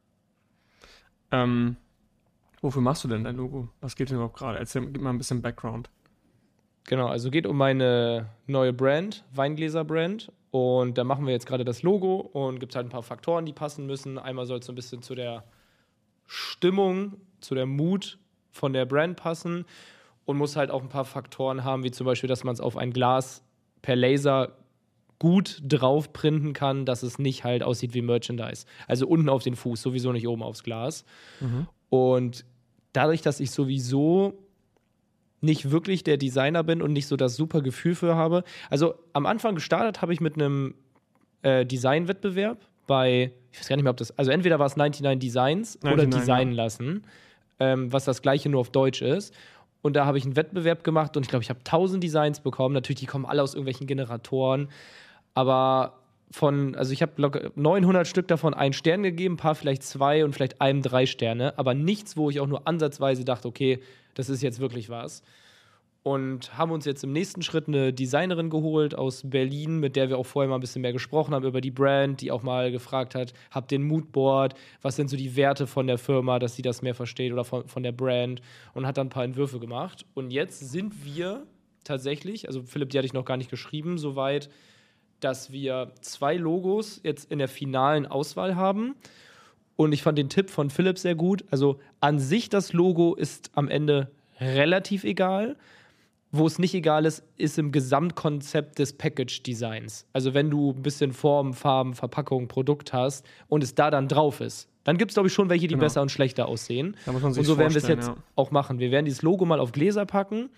Wofür machst du denn dein Logo? Was geht denn überhaupt gerade? Gib mal ein bisschen Background. Genau, also geht um meine neue Brand, Weingläser-Brand. Und da machen wir jetzt gerade das Logo und gibt halt ein paar Faktoren, die passen müssen. Einmal soll es so ein bisschen zu der Stimmung, zu der Mut von der Brand passen und muss halt auch ein paar Faktoren haben, wie zum Beispiel, dass man es auf ein Glas per Laser gut drauf printen kann, dass es nicht halt aussieht wie Merchandise. Also unten auf den Fuß, sowieso nicht oben aufs Glas. Und dadurch, dass ich sowieso nicht wirklich der Designer bin und nicht so das super Gefühl für habe. Also am Anfang gestartet habe ich mit einem Designwettbewerb bei, ich weiß gar nicht mehr, ob das, also entweder war es 99 Designs 99, oder Designen lassen, was das gleiche nur auf Deutsch ist. Und da habe ich einen Wettbewerb gemacht und ich glaube, ich habe 1000 Designs bekommen. Natürlich, die kommen alle aus irgendwelchen Generatoren. Aber also ich habe 900 Stück davon 1 Stern gegeben, ein paar vielleicht 2 und vielleicht einem 3 Sterne. Aber nichts, wo ich auch nur ansatzweise dachte, okay, das ist jetzt wirklich was. Und haben uns jetzt im nächsten Schritt eine Designerin geholt aus Berlin, mit der wir auch vorher mal ein bisschen mehr gesprochen haben über die Brand, die auch mal gefragt hat, habt ihr ein Moodboard, was sind so die Werte von der Firma, dass sie das mehr versteht oder von der Brand, und hat dann ein paar Entwürfe gemacht. Und jetzt sind wir tatsächlich, also Philipp, die hatte ich noch gar nicht geschrieben, soweit, dass wir 2 Logos jetzt in der finalen Auswahl haben. Und ich fand den Tipp von Philipp sehr gut. Also an sich das Logo ist am Ende relativ egal. Wo es nicht egal ist, ist im Gesamtkonzept des Package-Designs. Also wenn du ein bisschen Form, Farben, Verpackung, Produkt hast und es da dann drauf ist, dann gibt es, glaube ich, schon welche, die besser und schlechter aussehen. Da muss man sich und so werden wir es vorstellen, jetzt auch machen. Wir werden dieses Logo mal auf Gläser packen,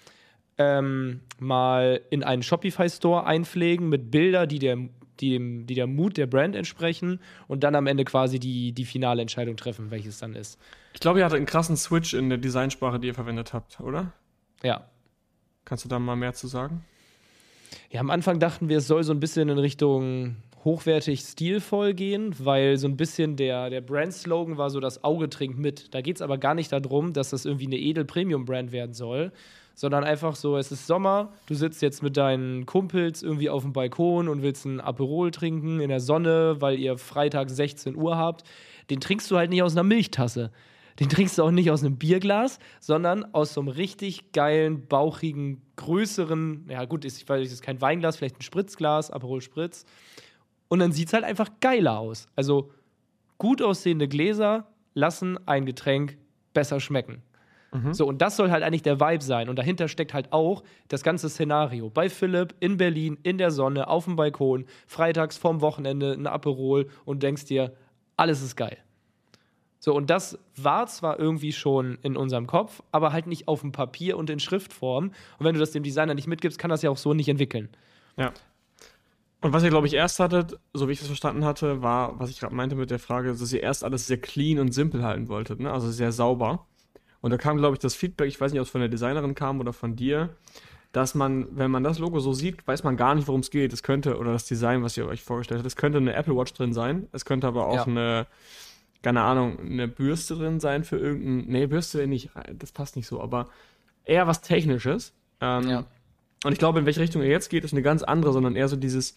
mal in einen Shopify-Store einpflegen mit Bildern, die der Mut der Brand entsprechen und dann am Ende quasi die finale Entscheidung treffen, welches dann ist. Ich glaube, ihr hattet einen krassen Switch in der Designsprache, die ihr verwendet habt, oder? Ja. Kannst du da mal mehr zu sagen? Ja, am Anfang dachten wir, es soll so ein bisschen in Richtung hochwertig stilvoll gehen, weil so ein bisschen der Brand-Slogan war so, das Auge trinkt mit. Da geht es aber gar nicht darum, dass das irgendwie eine Edel-Premium-Brand werden soll, sondern einfach so, es ist Sommer, du sitzt jetzt mit deinen Kumpels irgendwie auf dem Balkon und willst ein Aperol trinken in der Sonne, weil ihr Freitag 16 Uhr habt. Den trinkst du halt nicht aus einer Milchtasse. Den trinkst du auch nicht aus einem Bierglas, sondern aus so einem richtig geilen, bauchigen, größeren, ja gut, ich weiß, es ist kein Weinglas, vielleicht ein Spritzglas, Aperol Spritz. Und dann sieht es halt einfach geiler aus. Also gut aussehende Gläser lassen ein Getränk besser schmecken. So, und das soll halt eigentlich der Vibe sein. Und dahinter steckt halt auch das ganze Szenario. Bei Philipp, in Berlin, in der Sonne, auf dem Balkon, freitags vorm Wochenende ein Aperol und denkst dir, alles ist geil. So, und das war zwar irgendwie schon in unserem Kopf, aber halt nicht auf dem Papier und in Schriftform. Und wenn du das dem Designer nicht mitgibst, kann das ja auch so nicht entwickeln. Ja. Und was ihr, glaube ich, erst hattet, so wie ich das verstanden hatte, war, was ich gerade meinte mit der Frage, dass ihr erst alles sehr clean und simpel halten wolltet, ne? Also sehr sauber. Und da kam, glaube ich, das Feedback, ich weiß nicht, ob es von der Designerin kam oder von dir, dass man, wenn man das Logo so sieht, weiß man gar nicht, worum es geht. Es könnte, oder das Design, was ihr euch vorgestellt habt, es könnte eine Apple Watch drin sein, es könnte aber auch eine, keine Ahnung, eine Bürste drin sein für irgendein, nee, Bürste nicht, das passt nicht so, aber eher was Technisches. Und ich glaube, in welche Richtung er jetzt geht, ist eine ganz andere, sondern eher so dieses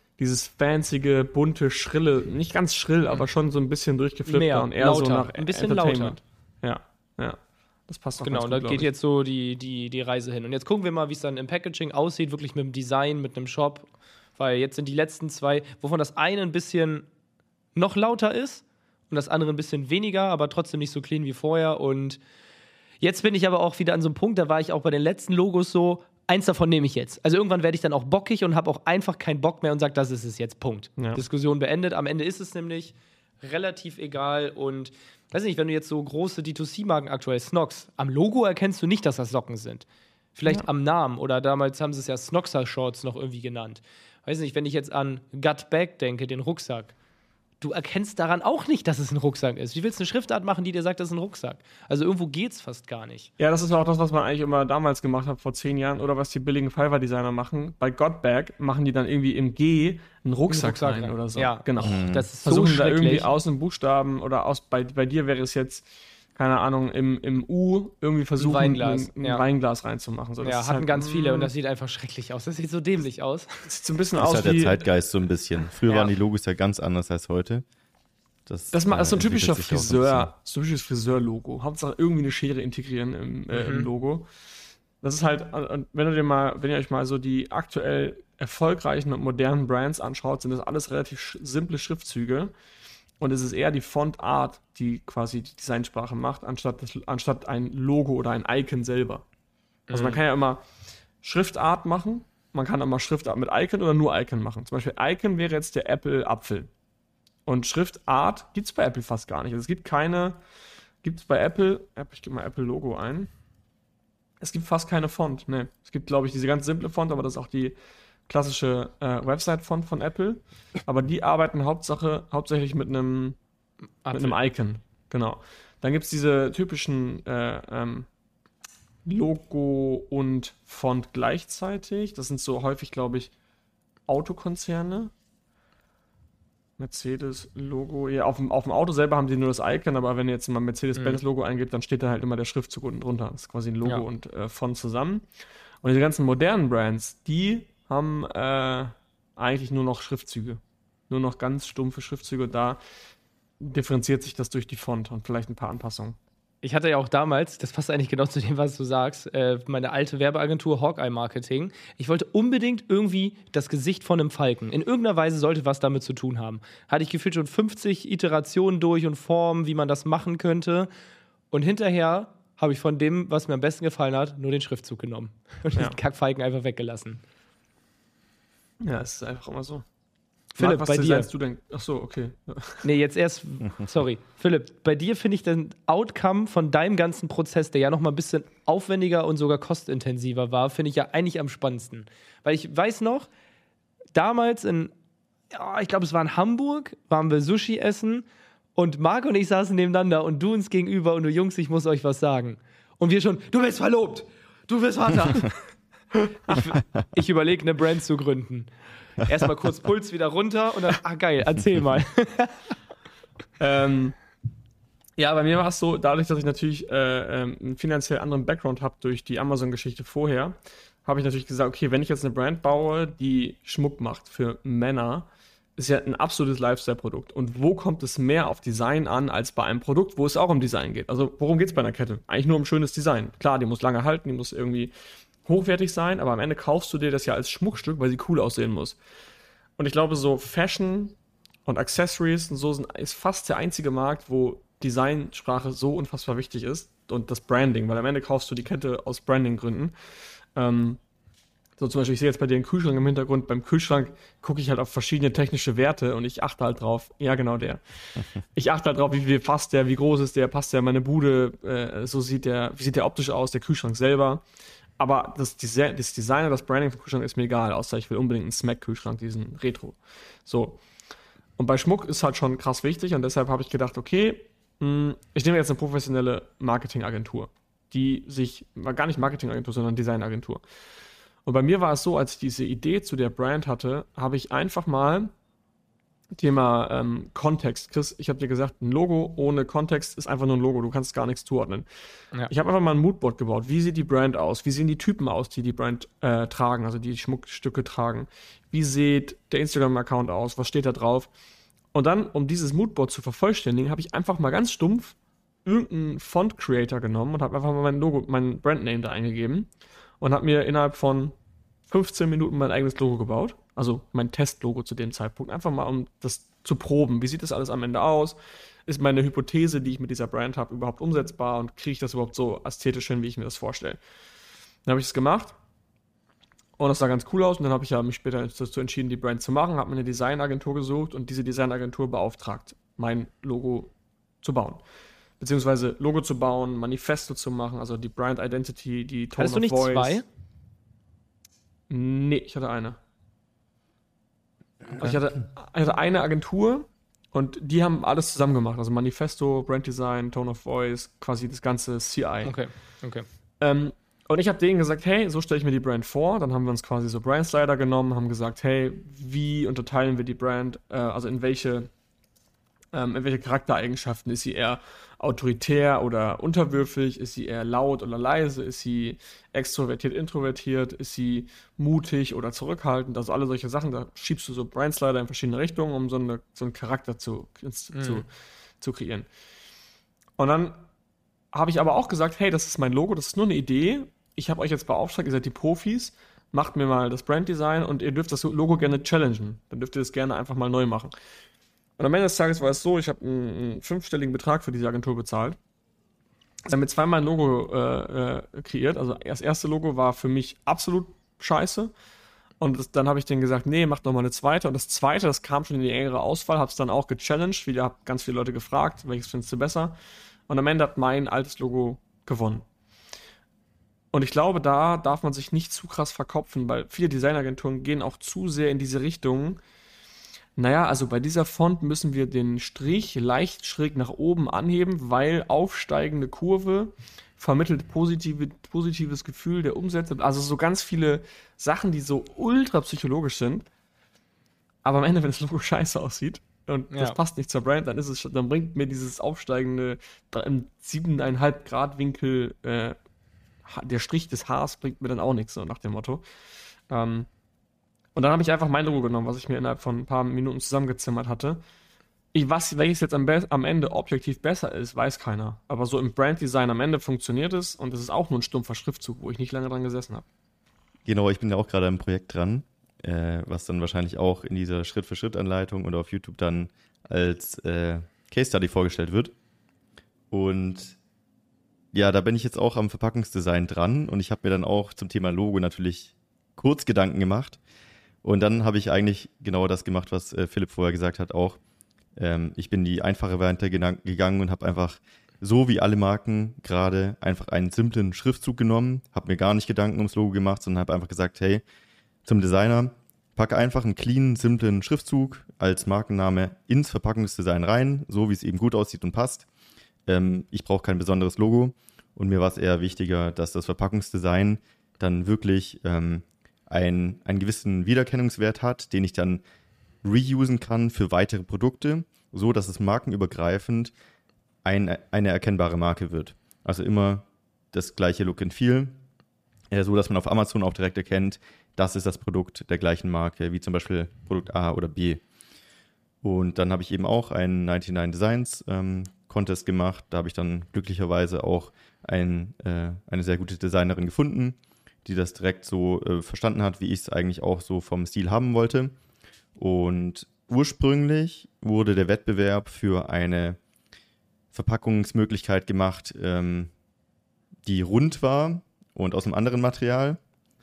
fancyge, bunte, schrille, nicht ganz schrill, aber schon so ein bisschen durchgeflippter Mehr, und eher lauter, so nach ein bisschen Entertainment. Ja. Das passt auch Genau, ganz da gut, geht jetzt so die Reise hin. Und jetzt gucken wir mal, wie es dann im Packaging aussieht, wirklich mit dem Design, mit einem Shop. Weil jetzt sind die letzten zwei, wovon das eine ein bisschen noch lauter ist und das andere ein bisschen weniger, aber trotzdem nicht so clean wie vorher. Und jetzt bin ich aber auch wieder an so einem Punkt, da war ich auch bei den letzten Logos so, eins davon nehme ich jetzt. Also irgendwann werde ich dann auch bockig und habe auch einfach keinen Bock mehr und sage, das ist es jetzt, Punkt. Ja. Diskussion beendet. Am Ende ist es nämlich relativ egal und weiß nicht, wenn du jetzt so große D2C-Marken aktuell, Snox, am Logo erkennst du nicht, dass das Socken sind. Vielleicht am Namen oder damals haben sie es ja Snoxer-Shorts noch irgendwie genannt. Weiß nicht, wenn ich jetzt an Gut Bag denke, den Rucksack, du erkennst daran auch nicht, dass es ein Rucksack ist. Wie willst du eine Schriftart machen, die dir sagt, das ist ein Rucksack? Also irgendwo geht's fast gar nicht. Ja, das ist auch das, was man eigentlich immer damals gemacht hat, vor 10 Jahren, oder was die billigen Fiverr-Designer machen. Bei Godbag machen die dann irgendwie im G einen Rucksack rein oder so. Ja, genau. Das ist so Versuchen da irgendwie schrecklich. aus einem Buchstaben oder bei dir wäre es jetzt, keine Ahnung, im U irgendwie versuchen, Weinglas, ein ja. Weinglas reinzumachen. So, das Ja, ist hatten halt, ganz viele und das sieht einfach schrecklich aus. Das sieht so dämlich aus. das sieht so ein bisschen Das ist aus halt der wie... Zeitgeist so ein bisschen. Früher waren die Logos ja ganz anders als heute. Das ist so ein typischer entwickelt sich auch so ein so ein typisches Friseur-Logo. Hauptsache irgendwie eine Schere integrieren im Logo. Das ist halt, und wenn ihr euch mal so die aktuell erfolgreichen und modernen Brands anschaut, sind das alles relativ simple Schriftzüge. Und es ist eher die Fontart, die quasi die Designsprache macht, anstatt ein Logo oder ein Icon selber. Also man kann ja immer Schriftart machen, man kann immer Schriftart mit Icon oder nur Icon machen. Zum Beispiel Icon wäre jetzt der Apple-Apfel. Und Schriftart gibt es bei Apple fast gar nicht. Also es gibt gibt es bei Apple, ich gebe mal Apple-Logo ein. Es gibt fast keine Font, ne. Es gibt, glaube ich, diese ganz simple Font, aber das ist auch die klassische Website-Font von Apple. Aber die arbeiten hauptsächlich mit einem Icon. Genau. Dann gibt es diese typischen Logo und Font gleichzeitig. Das sind so häufig, glaube ich, Autokonzerne. Mercedes-Logo. Ja, auf dem Auto selber haben die nur das Icon, aber wenn ihr jetzt mal Mercedes-Benz-Logo eingibt, dann steht da halt immer der Schriftzug unten drunter. Das ist quasi ein Logo und Font zusammen. Und diese ganzen modernen Brands, die haben eigentlich nur noch Schriftzüge. Nur noch ganz stumpfe Schriftzüge. Und da differenziert sich das durch die Font und vielleicht ein paar Anpassungen. Ich hatte ja auch damals, das passt eigentlich genau zu dem, was du sagst, meine alte Werbeagentur Hawkeye Marketing. Ich wollte unbedingt irgendwie das Gesicht von einem Falken. In irgendeiner Weise sollte was damit zu tun haben. Hatte ich gefühlt schon 50 Iterationen durch und Formen, wie man das machen könnte. Und hinterher habe ich von dem, was mir am besten gefallen hat, nur den Schriftzug genommen. Und den Kackfalken einfach weggelassen. Ja, es ist einfach immer so. Philipp, was bei dir. designst du denn? Ach so, okay. Nee, jetzt erst, sorry. Philipp, bei dir finde ich den Outcome von deinem ganzen Prozess, der ja noch mal ein bisschen aufwendiger und sogar kostintensiver war, finde ich ja eigentlich am spannendsten. Weil ich weiß noch, damals ich glaube, es war in Hamburg, waren wir Sushi essen und Marc und ich saßen nebeneinander und du uns gegenüber und du Jungs, ich muss euch was sagen. Und wir schon, du bist verlobt, du bist Vater. Ich überlege, eine Brand zu gründen. Erstmal kurz Puls wieder runter und dann, geil, erzähl mal. Ja, bei mir war es so, dadurch, dass ich natürlich einen finanziell anderen Background habe durch die Amazon-Geschichte vorher, habe ich natürlich gesagt, okay, wenn ich jetzt eine Brand baue, die Schmuck macht für Männer, ist ja ein absolutes Lifestyle-Produkt. Und wo kommt es mehr auf Design an, als bei einem Produkt, wo es auch um Design geht? Also worum geht es bei einer Kette? Eigentlich nur um schönes Design. Klar, die muss lange halten, die muss irgendwie hochwertig sein, aber am Ende kaufst du dir das ja als Schmuckstück, weil sie cool aussehen muss. Und ich glaube, so Fashion und Accessories und so ist fast der einzige Markt, wo Designsprache so unfassbar wichtig ist und das Branding, weil am Ende kaufst du die Kette aus Branding-Gründen. So zum Beispiel, ich sehe jetzt bei dir einen Kühlschrank im Hintergrund. Beim Kühlschrank gucke ich halt auf verschiedene technische Werte und ich achte halt drauf. Ja, genau der. Ich achte halt drauf, wie viel passt der, wie groß ist der, passt der in meine Bude, wie sieht der optisch aus, der Kühlschrank selber. Aber das Design oder das Branding vom Kühlschrank ist mir egal, außer ich will unbedingt einen Smack-Kühlschrank, diesen Retro. So. Und bei Schmuck ist halt schon krass wichtig und deshalb habe ich gedacht, okay, ich nehme jetzt eine professionelle Marketingagentur, gar nicht Marketingagentur, sondern Designagentur. Und bei mir war es so, als ich diese Idee zu der Brand hatte, habe ich einfach mal Thema Kontext. Chris, ich habe dir gesagt, ein Logo ohne Kontext ist einfach nur ein Logo. Du kannst gar nichts zuordnen. Ja. Ich habe einfach mal ein Moodboard gebaut. Wie sieht die Brand aus? Wie sehen die Typen aus, die Brand tragen, also die Schmuckstücke tragen? Wie sieht der Instagram-Account aus? Was steht da drauf? Und dann, um dieses Moodboard zu vervollständigen, habe ich einfach mal ganz stumpf irgendeinen Font-Creator genommen und habe einfach mal mein Brandname da eingegeben und habe mir innerhalb von 15 Minuten mein eigenes Logo gebaut. Also mein Testlogo zu dem Zeitpunkt. Einfach mal, um das zu proben. Wie sieht das alles am Ende aus? Ist meine Hypothese, die ich mit dieser Brand habe, überhaupt umsetzbar? Und kriege ich das überhaupt so ästhetisch hin, wie ich mir das vorstelle? Dann habe ich es gemacht. Und das sah ganz cool aus. Und dann habe ich mich später dazu entschieden, die Brand zu machen. Habe mir eine Designagentur gesucht und diese Designagentur beauftragt, mein Logo zu bauen. Beziehungsweise Logo zu bauen, Manifesto zu machen, also die Brand Identity, die Tone of Voice. Hast du nicht zwei? Nee, ich hatte eine. Also ich hatte eine Agentur und die haben alles zusammen gemacht. Also Manifesto, Brand Design, Tone of Voice, quasi das ganze CI. Okay. Und ich habe denen gesagt, hey, so stelle ich mir die Brand vor. Dann haben wir uns quasi so Brand Slider genommen, haben gesagt, hey, wie unterteilen wir die Brand? Also in welche Charaktereigenschaften? Ist sie eher autoritär oder unterwürfig? Ist sie eher laut oder leise? Ist sie extrovertiert, introvertiert? Ist sie mutig oder zurückhaltend? Also alle solche Sachen, da schiebst du so Brandslider in verschiedene Richtungen, um so einen Charakter zu kreieren. Und dann habe ich aber auch gesagt, hey, das ist mein Logo, das ist nur eine Idee. Ich habe euch jetzt beauftragt, ihr seid die Profis, macht mir mal das Branddesign und ihr dürft das Logo gerne challengen. Dann dürft ihr das gerne einfach mal neu machen. Und am Ende des Tages war es so, ich habe einen 5-stelligen Betrag für diese Agentur bezahlt. Sie haben mir zweimal ein Logo kreiert. Also das erste Logo war für mich absolut scheiße. Und dann habe ich denen gesagt, nee, macht nochmal eine zweite. Und das zweite, das kam schon in die engere Auswahl, habe es dann auch gechallenged. Wieder habe ganz viele Leute gefragt, welches findest du besser? Und am Ende hat mein altes Logo gewonnen. Und ich glaube, da darf man sich nicht zu krass verkopfen, weil viele Designagenturen gehen auch zu sehr in diese Richtung. Naja, also bei dieser Font müssen wir den Strich leicht schräg nach oben anheben, weil aufsteigende Kurve vermittelt positives Gefühl der Umsätze. Also so ganz viele Sachen, die so ultra psychologisch sind. Aber am Ende, wenn das Logo scheiße aussieht und das passt nicht zur Brand, dann bringt mir dieses aufsteigende 7,5 Grad Winkel, der Strich des Haars bringt mir dann auch nichts, so nach dem Motto. Und dann habe ich einfach mein Logo genommen, was ich mir innerhalb von ein paar Minuten zusammengezimmert hatte. Welches jetzt am Ende objektiv besser ist, weiß keiner. Aber so im Branddesign am Ende funktioniert es und es ist auch nur ein stumpfer Schriftzug, wo ich nicht lange dran gesessen habe. Genau, ich bin ja auch gerade am Projekt dran, was dann wahrscheinlich auch in dieser Schritt-für-Schritt-Anleitung oder auf YouTube dann als Case Study vorgestellt wird. Und ja, da bin ich jetzt auch am Verpackungsdesign dran und ich habe mir dann auch zum Thema Logo natürlich kurz Gedanken gemacht. Und dann habe ich eigentlich genau das gemacht, was Philipp vorher gesagt hat auch. Ich bin die einfache Variante gegangen und habe einfach, so wie alle Marken gerade, einfach einen simplen Schriftzug genommen, habe mir gar nicht Gedanken ums Logo gemacht, sondern habe einfach gesagt, hey, zum Designer, packe einfach einen clean, simplen Schriftzug als Markenname ins Verpackungsdesign rein, so wie es eben gut aussieht und passt. Ich brauche kein besonderes Logo und mir war es eher wichtiger, dass das Verpackungsdesign dann wirklich einen gewissen Wiedererkennungswert hat, den ich dann reusen kann für weitere Produkte, so dass es markenübergreifend eine erkennbare Marke wird. Also immer das gleiche Look and Feel, so dass man auf Amazon auch direkt erkennt, das ist das Produkt der gleichen Marke, wie zum Beispiel Produkt A oder B. Und dann habe ich eben auch einen 99 Designs Contest gemacht. Da habe ich dann glücklicherweise auch eine sehr gute Designerin gefunden, die das direkt so verstanden hat, wie ich es eigentlich auch so vom Stil haben wollte. Und ursprünglich wurde der Wettbewerb für eine Verpackungsmöglichkeit gemacht, die rund war und aus einem anderen Material.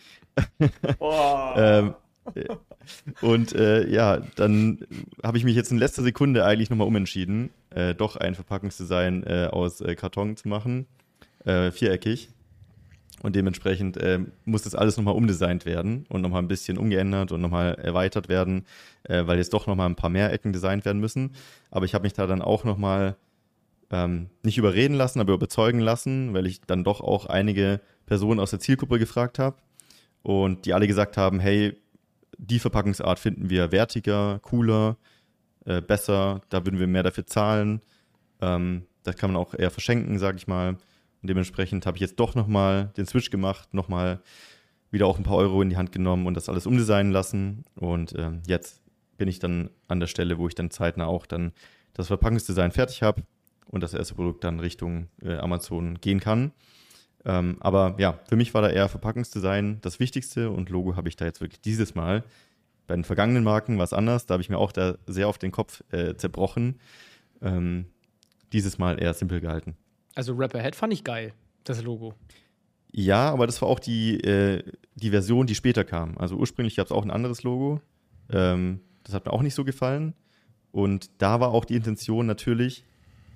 Dann habe ich mich jetzt in letzter Sekunde eigentlich nochmal umentschieden, doch ein Verpackungsdesign aus Karton zu machen, viereckig. Und dementsprechend muss das alles nochmal umdesignt werden und nochmal ein bisschen umgeändert und nochmal erweitert werden, weil jetzt doch nochmal ein paar mehr Ecken designt werden müssen. Aber ich habe mich da dann auch nochmal nicht überreden lassen, aber überzeugen lassen, weil ich dann doch auch einige Personen aus der Zielgruppe gefragt habe und die alle gesagt haben, hey, die Verpackungsart finden wir wertiger, cooler, besser, da würden wir mehr dafür zahlen. Das kann man auch eher verschenken, sage ich mal. Und dementsprechend habe ich jetzt doch nochmal den Switch gemacht, nochmal wieder auch ein paar Euro in die Hand genommen und das alles umdesignen lassen. Und jetzt bin ich dann an der Stelle, wo ich dann zeitnah auch dann das Verpackungsdesign fertig habe und das erste Produkt dann Richtung Amazon gehen kann. Aber ja, für mich war da eher Verpackungsdesign das Wichtigste und Logo habe ich da jetzt wirklich dieses Mal. Bei den vergangenen Marken war es anders, da habe ich mir auch da sehr auf den Kopf zerbrochen. Dieses Mal eher simpel gehalten. Also Rapperhead fand ich geil, das Logo. Ja, aber das war auch die Version, die später kam. Also ursprünglich gab es auch ein anderes Logo. Das hat mir auch nicht so gefallen. Und da war auch die Intention natürlich,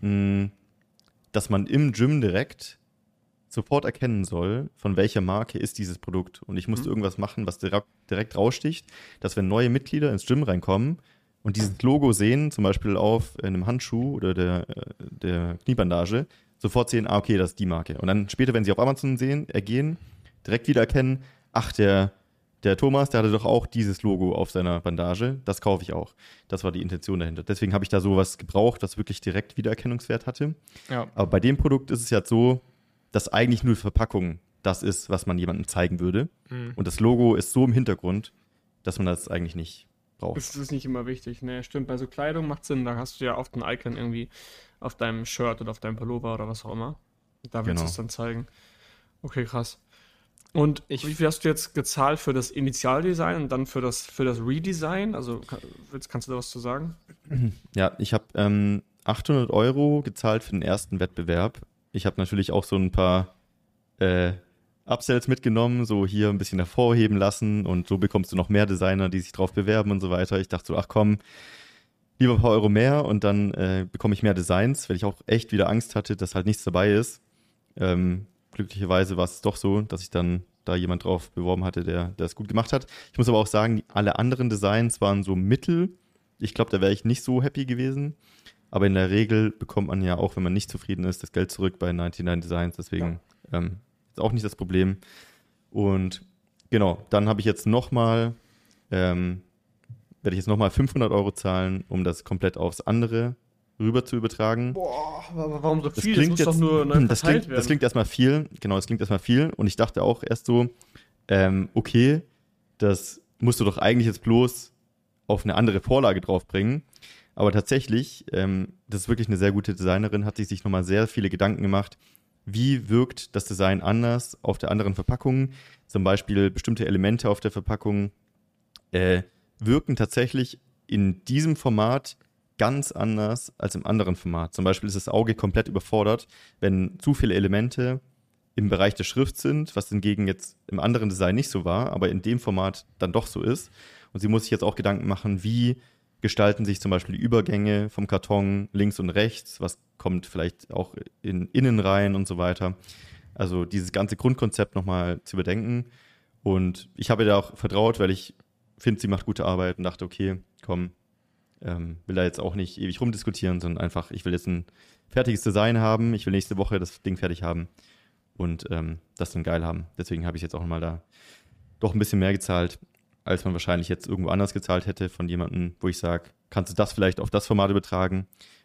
dass man im Gym direkt sofort erkennen soll, von welcher Marke ist dieses Produkt. Und ich musste irgendwas machen, was direkt raussticht, dass wenn neue Mitglieder ins Gym reinkommen und dieses Logo sehen, zum Beispiel auf einem Handschuh oder der Kniebandage, sofort sehen, okay, das ist die Marke. Und dann später, wenn sie auf Amazon gehen, direkt wieder erkennen, ach, der Thomas, der hatte doch auch dieses Logo auf seiner Bandage, das kaufe ich auch. Das war die Intention dahinter. Deswegen habe ich da sowas gebraucht, das wirklich direkt Wiedererkennungswert hatte. Ja. Aber bei dem Produkt ist es ja so, dass eigentlich nur die Verpackung das ist, was man jemandem zeigen würde. Mhm. Und das Logo ist so im Hintergrund, dass man das eigentlich nicht braucht. Das ist nicht immer wichtig, ne? Stimmt, bei so Kleidung macht Sinn, da hast du ja oft ein Icon irgendwie auf deinem Shirt oder auf deinem Pullover oder was auch immer. Da willst du es dann zeigen. Okay, krass. Und wie viel hast du jetzt gezahlt für das Initialdesign und dann für das Redesign? Also kannst du da was zu sagen? Ja, ich habe 800 € gezahlt für den ersten Wettbewerb. Ich habe natürlich auch so ein paar Upsells mitgenommen, so hier ein bisschen hervorheben lassen und so bekommst du noch mehr Designer, die sich drauf bewerben und so weiter. Ich dachte so, ach komm, lieber ein paar Euro mehr und dann bekomme ich mehr Designs, weil ich auch echt wieder Angst hatte, dass halt nichts dabei ist. Glücklicherweise war es doch so, dass ich dann da jemand drauf beworben hatte, der es gut gemacht hat. Ich muss aber auch sagen, alle anderen Designs waren so mittel. Ich glaube, da wäre ich nicht so happy gewesen. Aber in der Regel bekommt man ja auch, wenn man nicht zufrieden ist, das Geld zurück bei 99 Designs. Deswegen ist auch nicht das Problem. Und genau, dann habe ich jetzt werde ich jetzt nochmal 500 € zahlen, um das komplett aufs andere rüber zu übertragen. Boah, aber warum so viel? Das muss doch nur neu verteilt werden. Das klingt erstmal viel. Genau, das klingt erstmal viel. Und ich dachte auch erst so, okay, das musst du doch eigentlich jetzt bloß auf eine andere Vorlage draufbringen. Aber tatsächlich, das ist wirklich eine sehr gute Designerin, hat sich nochmal sehr viele Gedanken gemacht, wie wirkt das Design anders auf der anderen Verpackung. Zum Beispiel bestimmte Elemente auf der Verpackung wirken tatsächlich in diesem Format ganz anders als im anderen Format. Zum Beispiel ist das Auge komplett überfordert, wenn zu viele Elemente im Bereich der Schrift sind, was hingegen jetzt im anderen Design nicht so war, aber in dem Format dann doch so ist. Und sie muss sich jetzt auch Gedanken machen, wie gestalten sich zum Beispiel die Übergänge vom Karton links und rechts, was kommt vielleicht auch innen rein und so weiter. Also dieses ganze Grundkonzept nochmal zu überdenken. Und ich habe ihr da auch vertraut, weil ich finde, sie macht gute Arbeit und dachte, okay, komm, will da jetzt auch nicht ewig rumdiskutieren, sondern einfach, ich will jetzt ein fertiges Design haben, ich will nächste Woche das Ding fertig haben. und das dann geil haben. Deswegen habe ich jetzt auch nochmal da doch ein bisschen mehr gezahlt, als man wahrscheinlich jetzt irgendwo anders gezahlt hätte von jemandem, wo ich sage, kannst du das vielleicht auf das Format übertragen?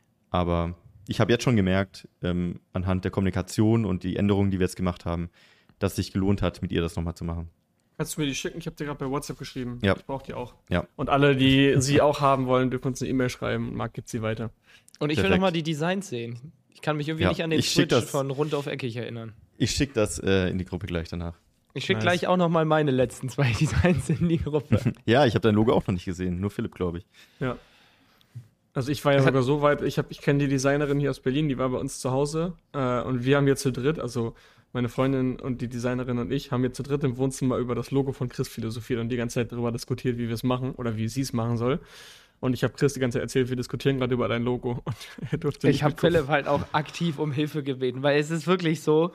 Aber ich habe jetzt schon gemerkt, anhand der Kommunikation und die Änderungen, die wir jetzt gemacht haben, dass es sich gelohnt hat, mit ihr das nochmal zu machen. Kannst du mir die schicken? Ich habe dir gerade bei WhatsApp geschrieben. Ja. Ich brauche die auch. Ja. Und alle, die sie auch haben wollen, dürfen uns eine E-Mail schreiben. Marc gibt sie weiter. Und ich will Perfekt. nochmal die Designs sehen. Ich kann mich irgendwie nicht an den ich schick Switch das- von rund auf eckig erinnern. Ich schicke das in die Gruppe gleich danach. Ich schicke Nice. gleich auch nochmal meine letzten 2 Designs in die Gruppe. Ja, ich habe dein Logo auch noch nicht gesehen, nur Philipp, glaube ich. Ja. Also ich war ja sogar so weit, ich kenne die Designerin hier aus Berlin, die war bei uns zu Hause und wir haben jetzt zu dritt, also meine Freundin und die Designerin und ich, haben jetzt zu dritt im Wohnzimmer über das Logo von Chris philosophiert und die ganze Zeit darüber diskutiert, wie wir es machen oder wie sie es machen soll. Und ich habe Chris die ganze Zeit erzählt, wir diskutieren gerade über dein Logo und er durfte nicht Ich habe mitgucken. Philipp halt auch aktiv um Hilfe gebeten, weil es ist wirklich so,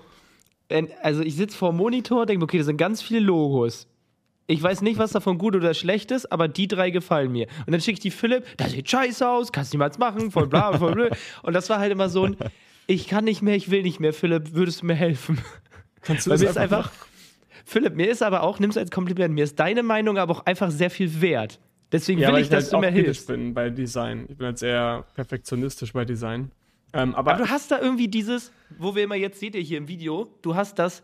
also ich sitze vor dem Monitor, denke, okay, das sind ganz viele Logos. Ich weiß nicht, was davon gut oder schlecht ist, aber die 3 gefallen mir. Und dann schicke ich die Philipp, das sieht scheiße aus, kannst niemals machen, voll bla, voll blöd. Und das war halt immer so ein, ich kann nicht mehr, ich will nicht mehr, Philipp, würdest du mir helfen? Kannst du Weil das mir ist einfach, Philipp, mir ist aber auch, nimm es als Kompliment, mir ist deine Meinung aber auch einfach sehr viel wert. Deswegen ja, will weil ich, dass halt du auch mir kritisch hilfst. bin bei Design. Ich bin halt sehr perfektionistisch bei Design. Aber du hast da irgendwie dieses, wo wir immer jetzt, seht ihr hier im Video, du hast das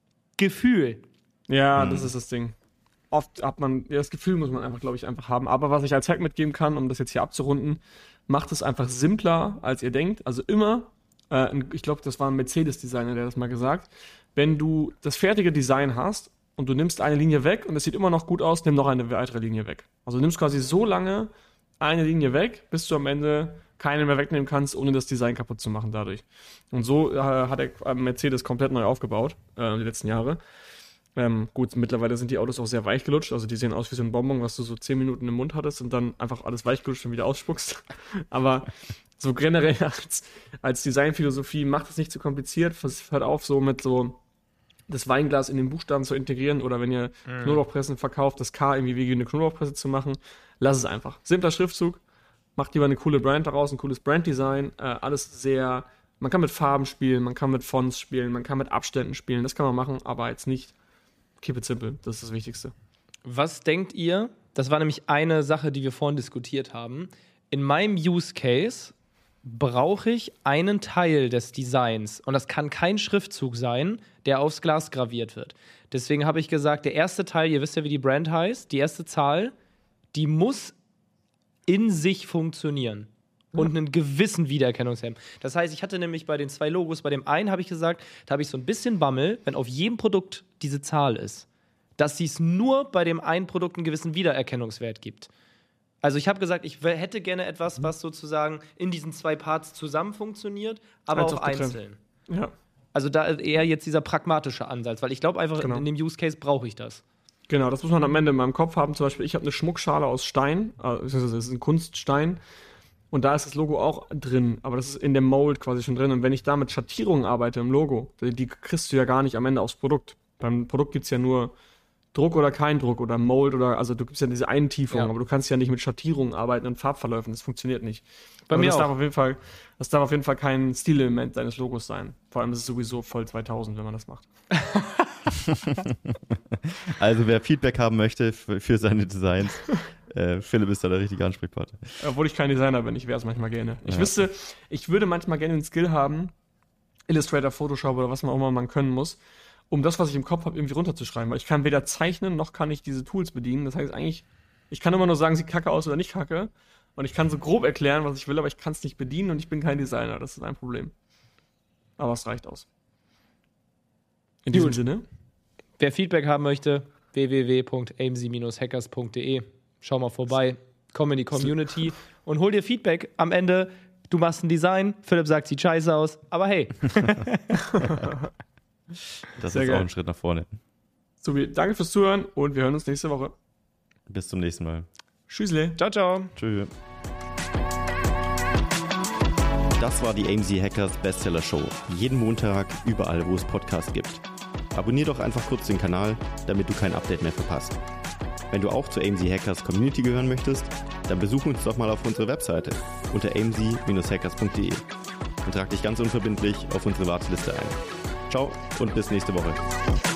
Gefühl. Ja, das ist das Ding. Oft hat man, ja, das Gefühl muss man einfach, glaube ich, einfach haben. Aber was ich als Hack mitgeben kann, um das jetzt hier abzurunden, macht es einfach simpler, als ihr denkt. Also immer, ich glaube, das war ein Mercedes-Designer, der das mal gesagt, wenn du das fertige Design hast und du nimmst eine Linie weg und es sieht immer noch gut aus, nimm noch eine weitere Linie weg. Also du nimmst quasi so lange eine Linie weg, bis du am Ende keine mehr wegnehmen kannst, ohne das Design kaputt zu machen dadurch. Und so hat der Mercedes komplett neu aufgebaut, die letzten Jahre. Gut, mittlerweile sind die Autos auch sehr weich gelutscht, also die sehen aus wie so ein Bonbon, was du so 10 Minuten im Mund hattest und dann einfach alles weich gelutscht und wieder ausspuckst. Aber so generell als Designphilosophie macht es nicht zu kompliziert, hört auf so mit so das Weinglas in den Buchstaben zu integrieren oder wenn ihr Knoblauchpressen verkauft, das K irgendwie wie eine Knoblauchpresse zu machen, lass es einfach. Simpler Schriftzug, macht lieber eine coole Brand daraus, ein cooles Branddesign, alles sehr, man kann mit Farben spielen, man kann mit Fonts spielen, man kann mit Abständen spielen, das kann man machen, aber jetzt nicht keep it simple, das ist das Wichtigste. Was denkt ihr? Das war nämlich eine Sache, die wir vorhin diskutiert haben. In meinem Use Case brauche ich einen Teil des Designs und das kann kein Schriftzug sein, der aufs Glas graviert wird. Deswegen habe ich gesagt, der erste Teil, ihr wisst ja, wie die Brand heißt, die erste Zahl, die muss in sich funktionieren und einen gewissen Wiedererkennungswert. Das heißt, ich hatte nämlich bei den 2 Logos, bei dem einen habe ich gesagt, da habe ich so ein bisschen Bammel, wenn auf jedem Produkt diese Zahl ist, dass es nur bei dem einen Produkt einen gewissen Wiedererkennungswert gibt. Also ich habe gesagt, ich hätte gerne etwas, was sozusagen in diesen 2 Parts zusammen funktioniert, aber Als auch auch getrennt. einzeln. Ja. Also da eher jetzt dieser pragmatische Ansatz, weil ich glaube einfach, Genau. in dem Use Case brauche ich das. Genau, das muss man am Ende in meinem Kopf haben. Zum Beispiel, ich habe eine Schmuckschale aus Stein, das ist ein Kunststein. Und da ist das Logo auch drin, aber das ist in dem Mold quasi schon drin. Und wenn ich da mit Schattierungen arbeite im Logo, die kriegst du ja gar nicht am Ende aufs Produkt. Beim Produkt gibt es ja nur Druck oder kein Druck oder Mold oder, also du gibst ja diese Eintiefung, Ja. aber du kannst ja nicht mit Schattierungen arbeiten und Farbverläufen, das funktioniert nicht. Bei Aber mir das auch. das darf auf jeden Fall kein Stilelement deines Logos sein. Vor allem ist es sowieso voll 2000, wenn man das macht. Also wer Feedback haben möchte für seine Designs, Philipp ist da der richtige Ansprechpartner. Obwohl ich kein Designer bin, ich wäre es manchmal gerne. Ich Ja. wüsste, ich würde manchmal gerne den Skill haben, Illustrator, Photoshop oder was man auch immer man können muss, um das, was ich im Kopf habe, irgendwie runterzuschreiben. Weil ich kann weder zeichnen, noch kann ich diese Tools bedienen. Das heißt eigentlich, ich kann immer nur sagen, sieht kacke aus oder nicht kacke. Und ich kann so grob erklären, was ich will, aber ich kann es nicht bedienen und ich bin kein Designer. Das ist ein Problem. Aber es reicht aus. In diesem Gut. Sinne. Wer Feedback haben möchte, www.amc-hackers.de. Schau mal vorbei, komm in die Community und hol dir Feedback. Am Ende, du machst ein Design, Philipp sagt, sieht scheiße aus, aber hey. Das Sehr ist auch geil. ein Schritt nach vorne. So, danke fürs Zuhören und wir hören uns nächste Woche. Bis zum nächsten Mal. Tschüssle. Ciao, ciao. Tschüss. Das war die AMC Hackers Bestseller Show. Jeden Montag, überall, wo es Podcasts gibt. Abonnier doch einfach kurz den Kanal, damit du kein Update mehr verpasst. Wenn du auch zur AMC Hackers Community gehören möchtest, dann besuch uns doch mal auf unserer Webseite unter amc-hackers.de und trag dich ganz unverbindlich auf unsere Warteliste ein. Ciao und bis nächste Woche.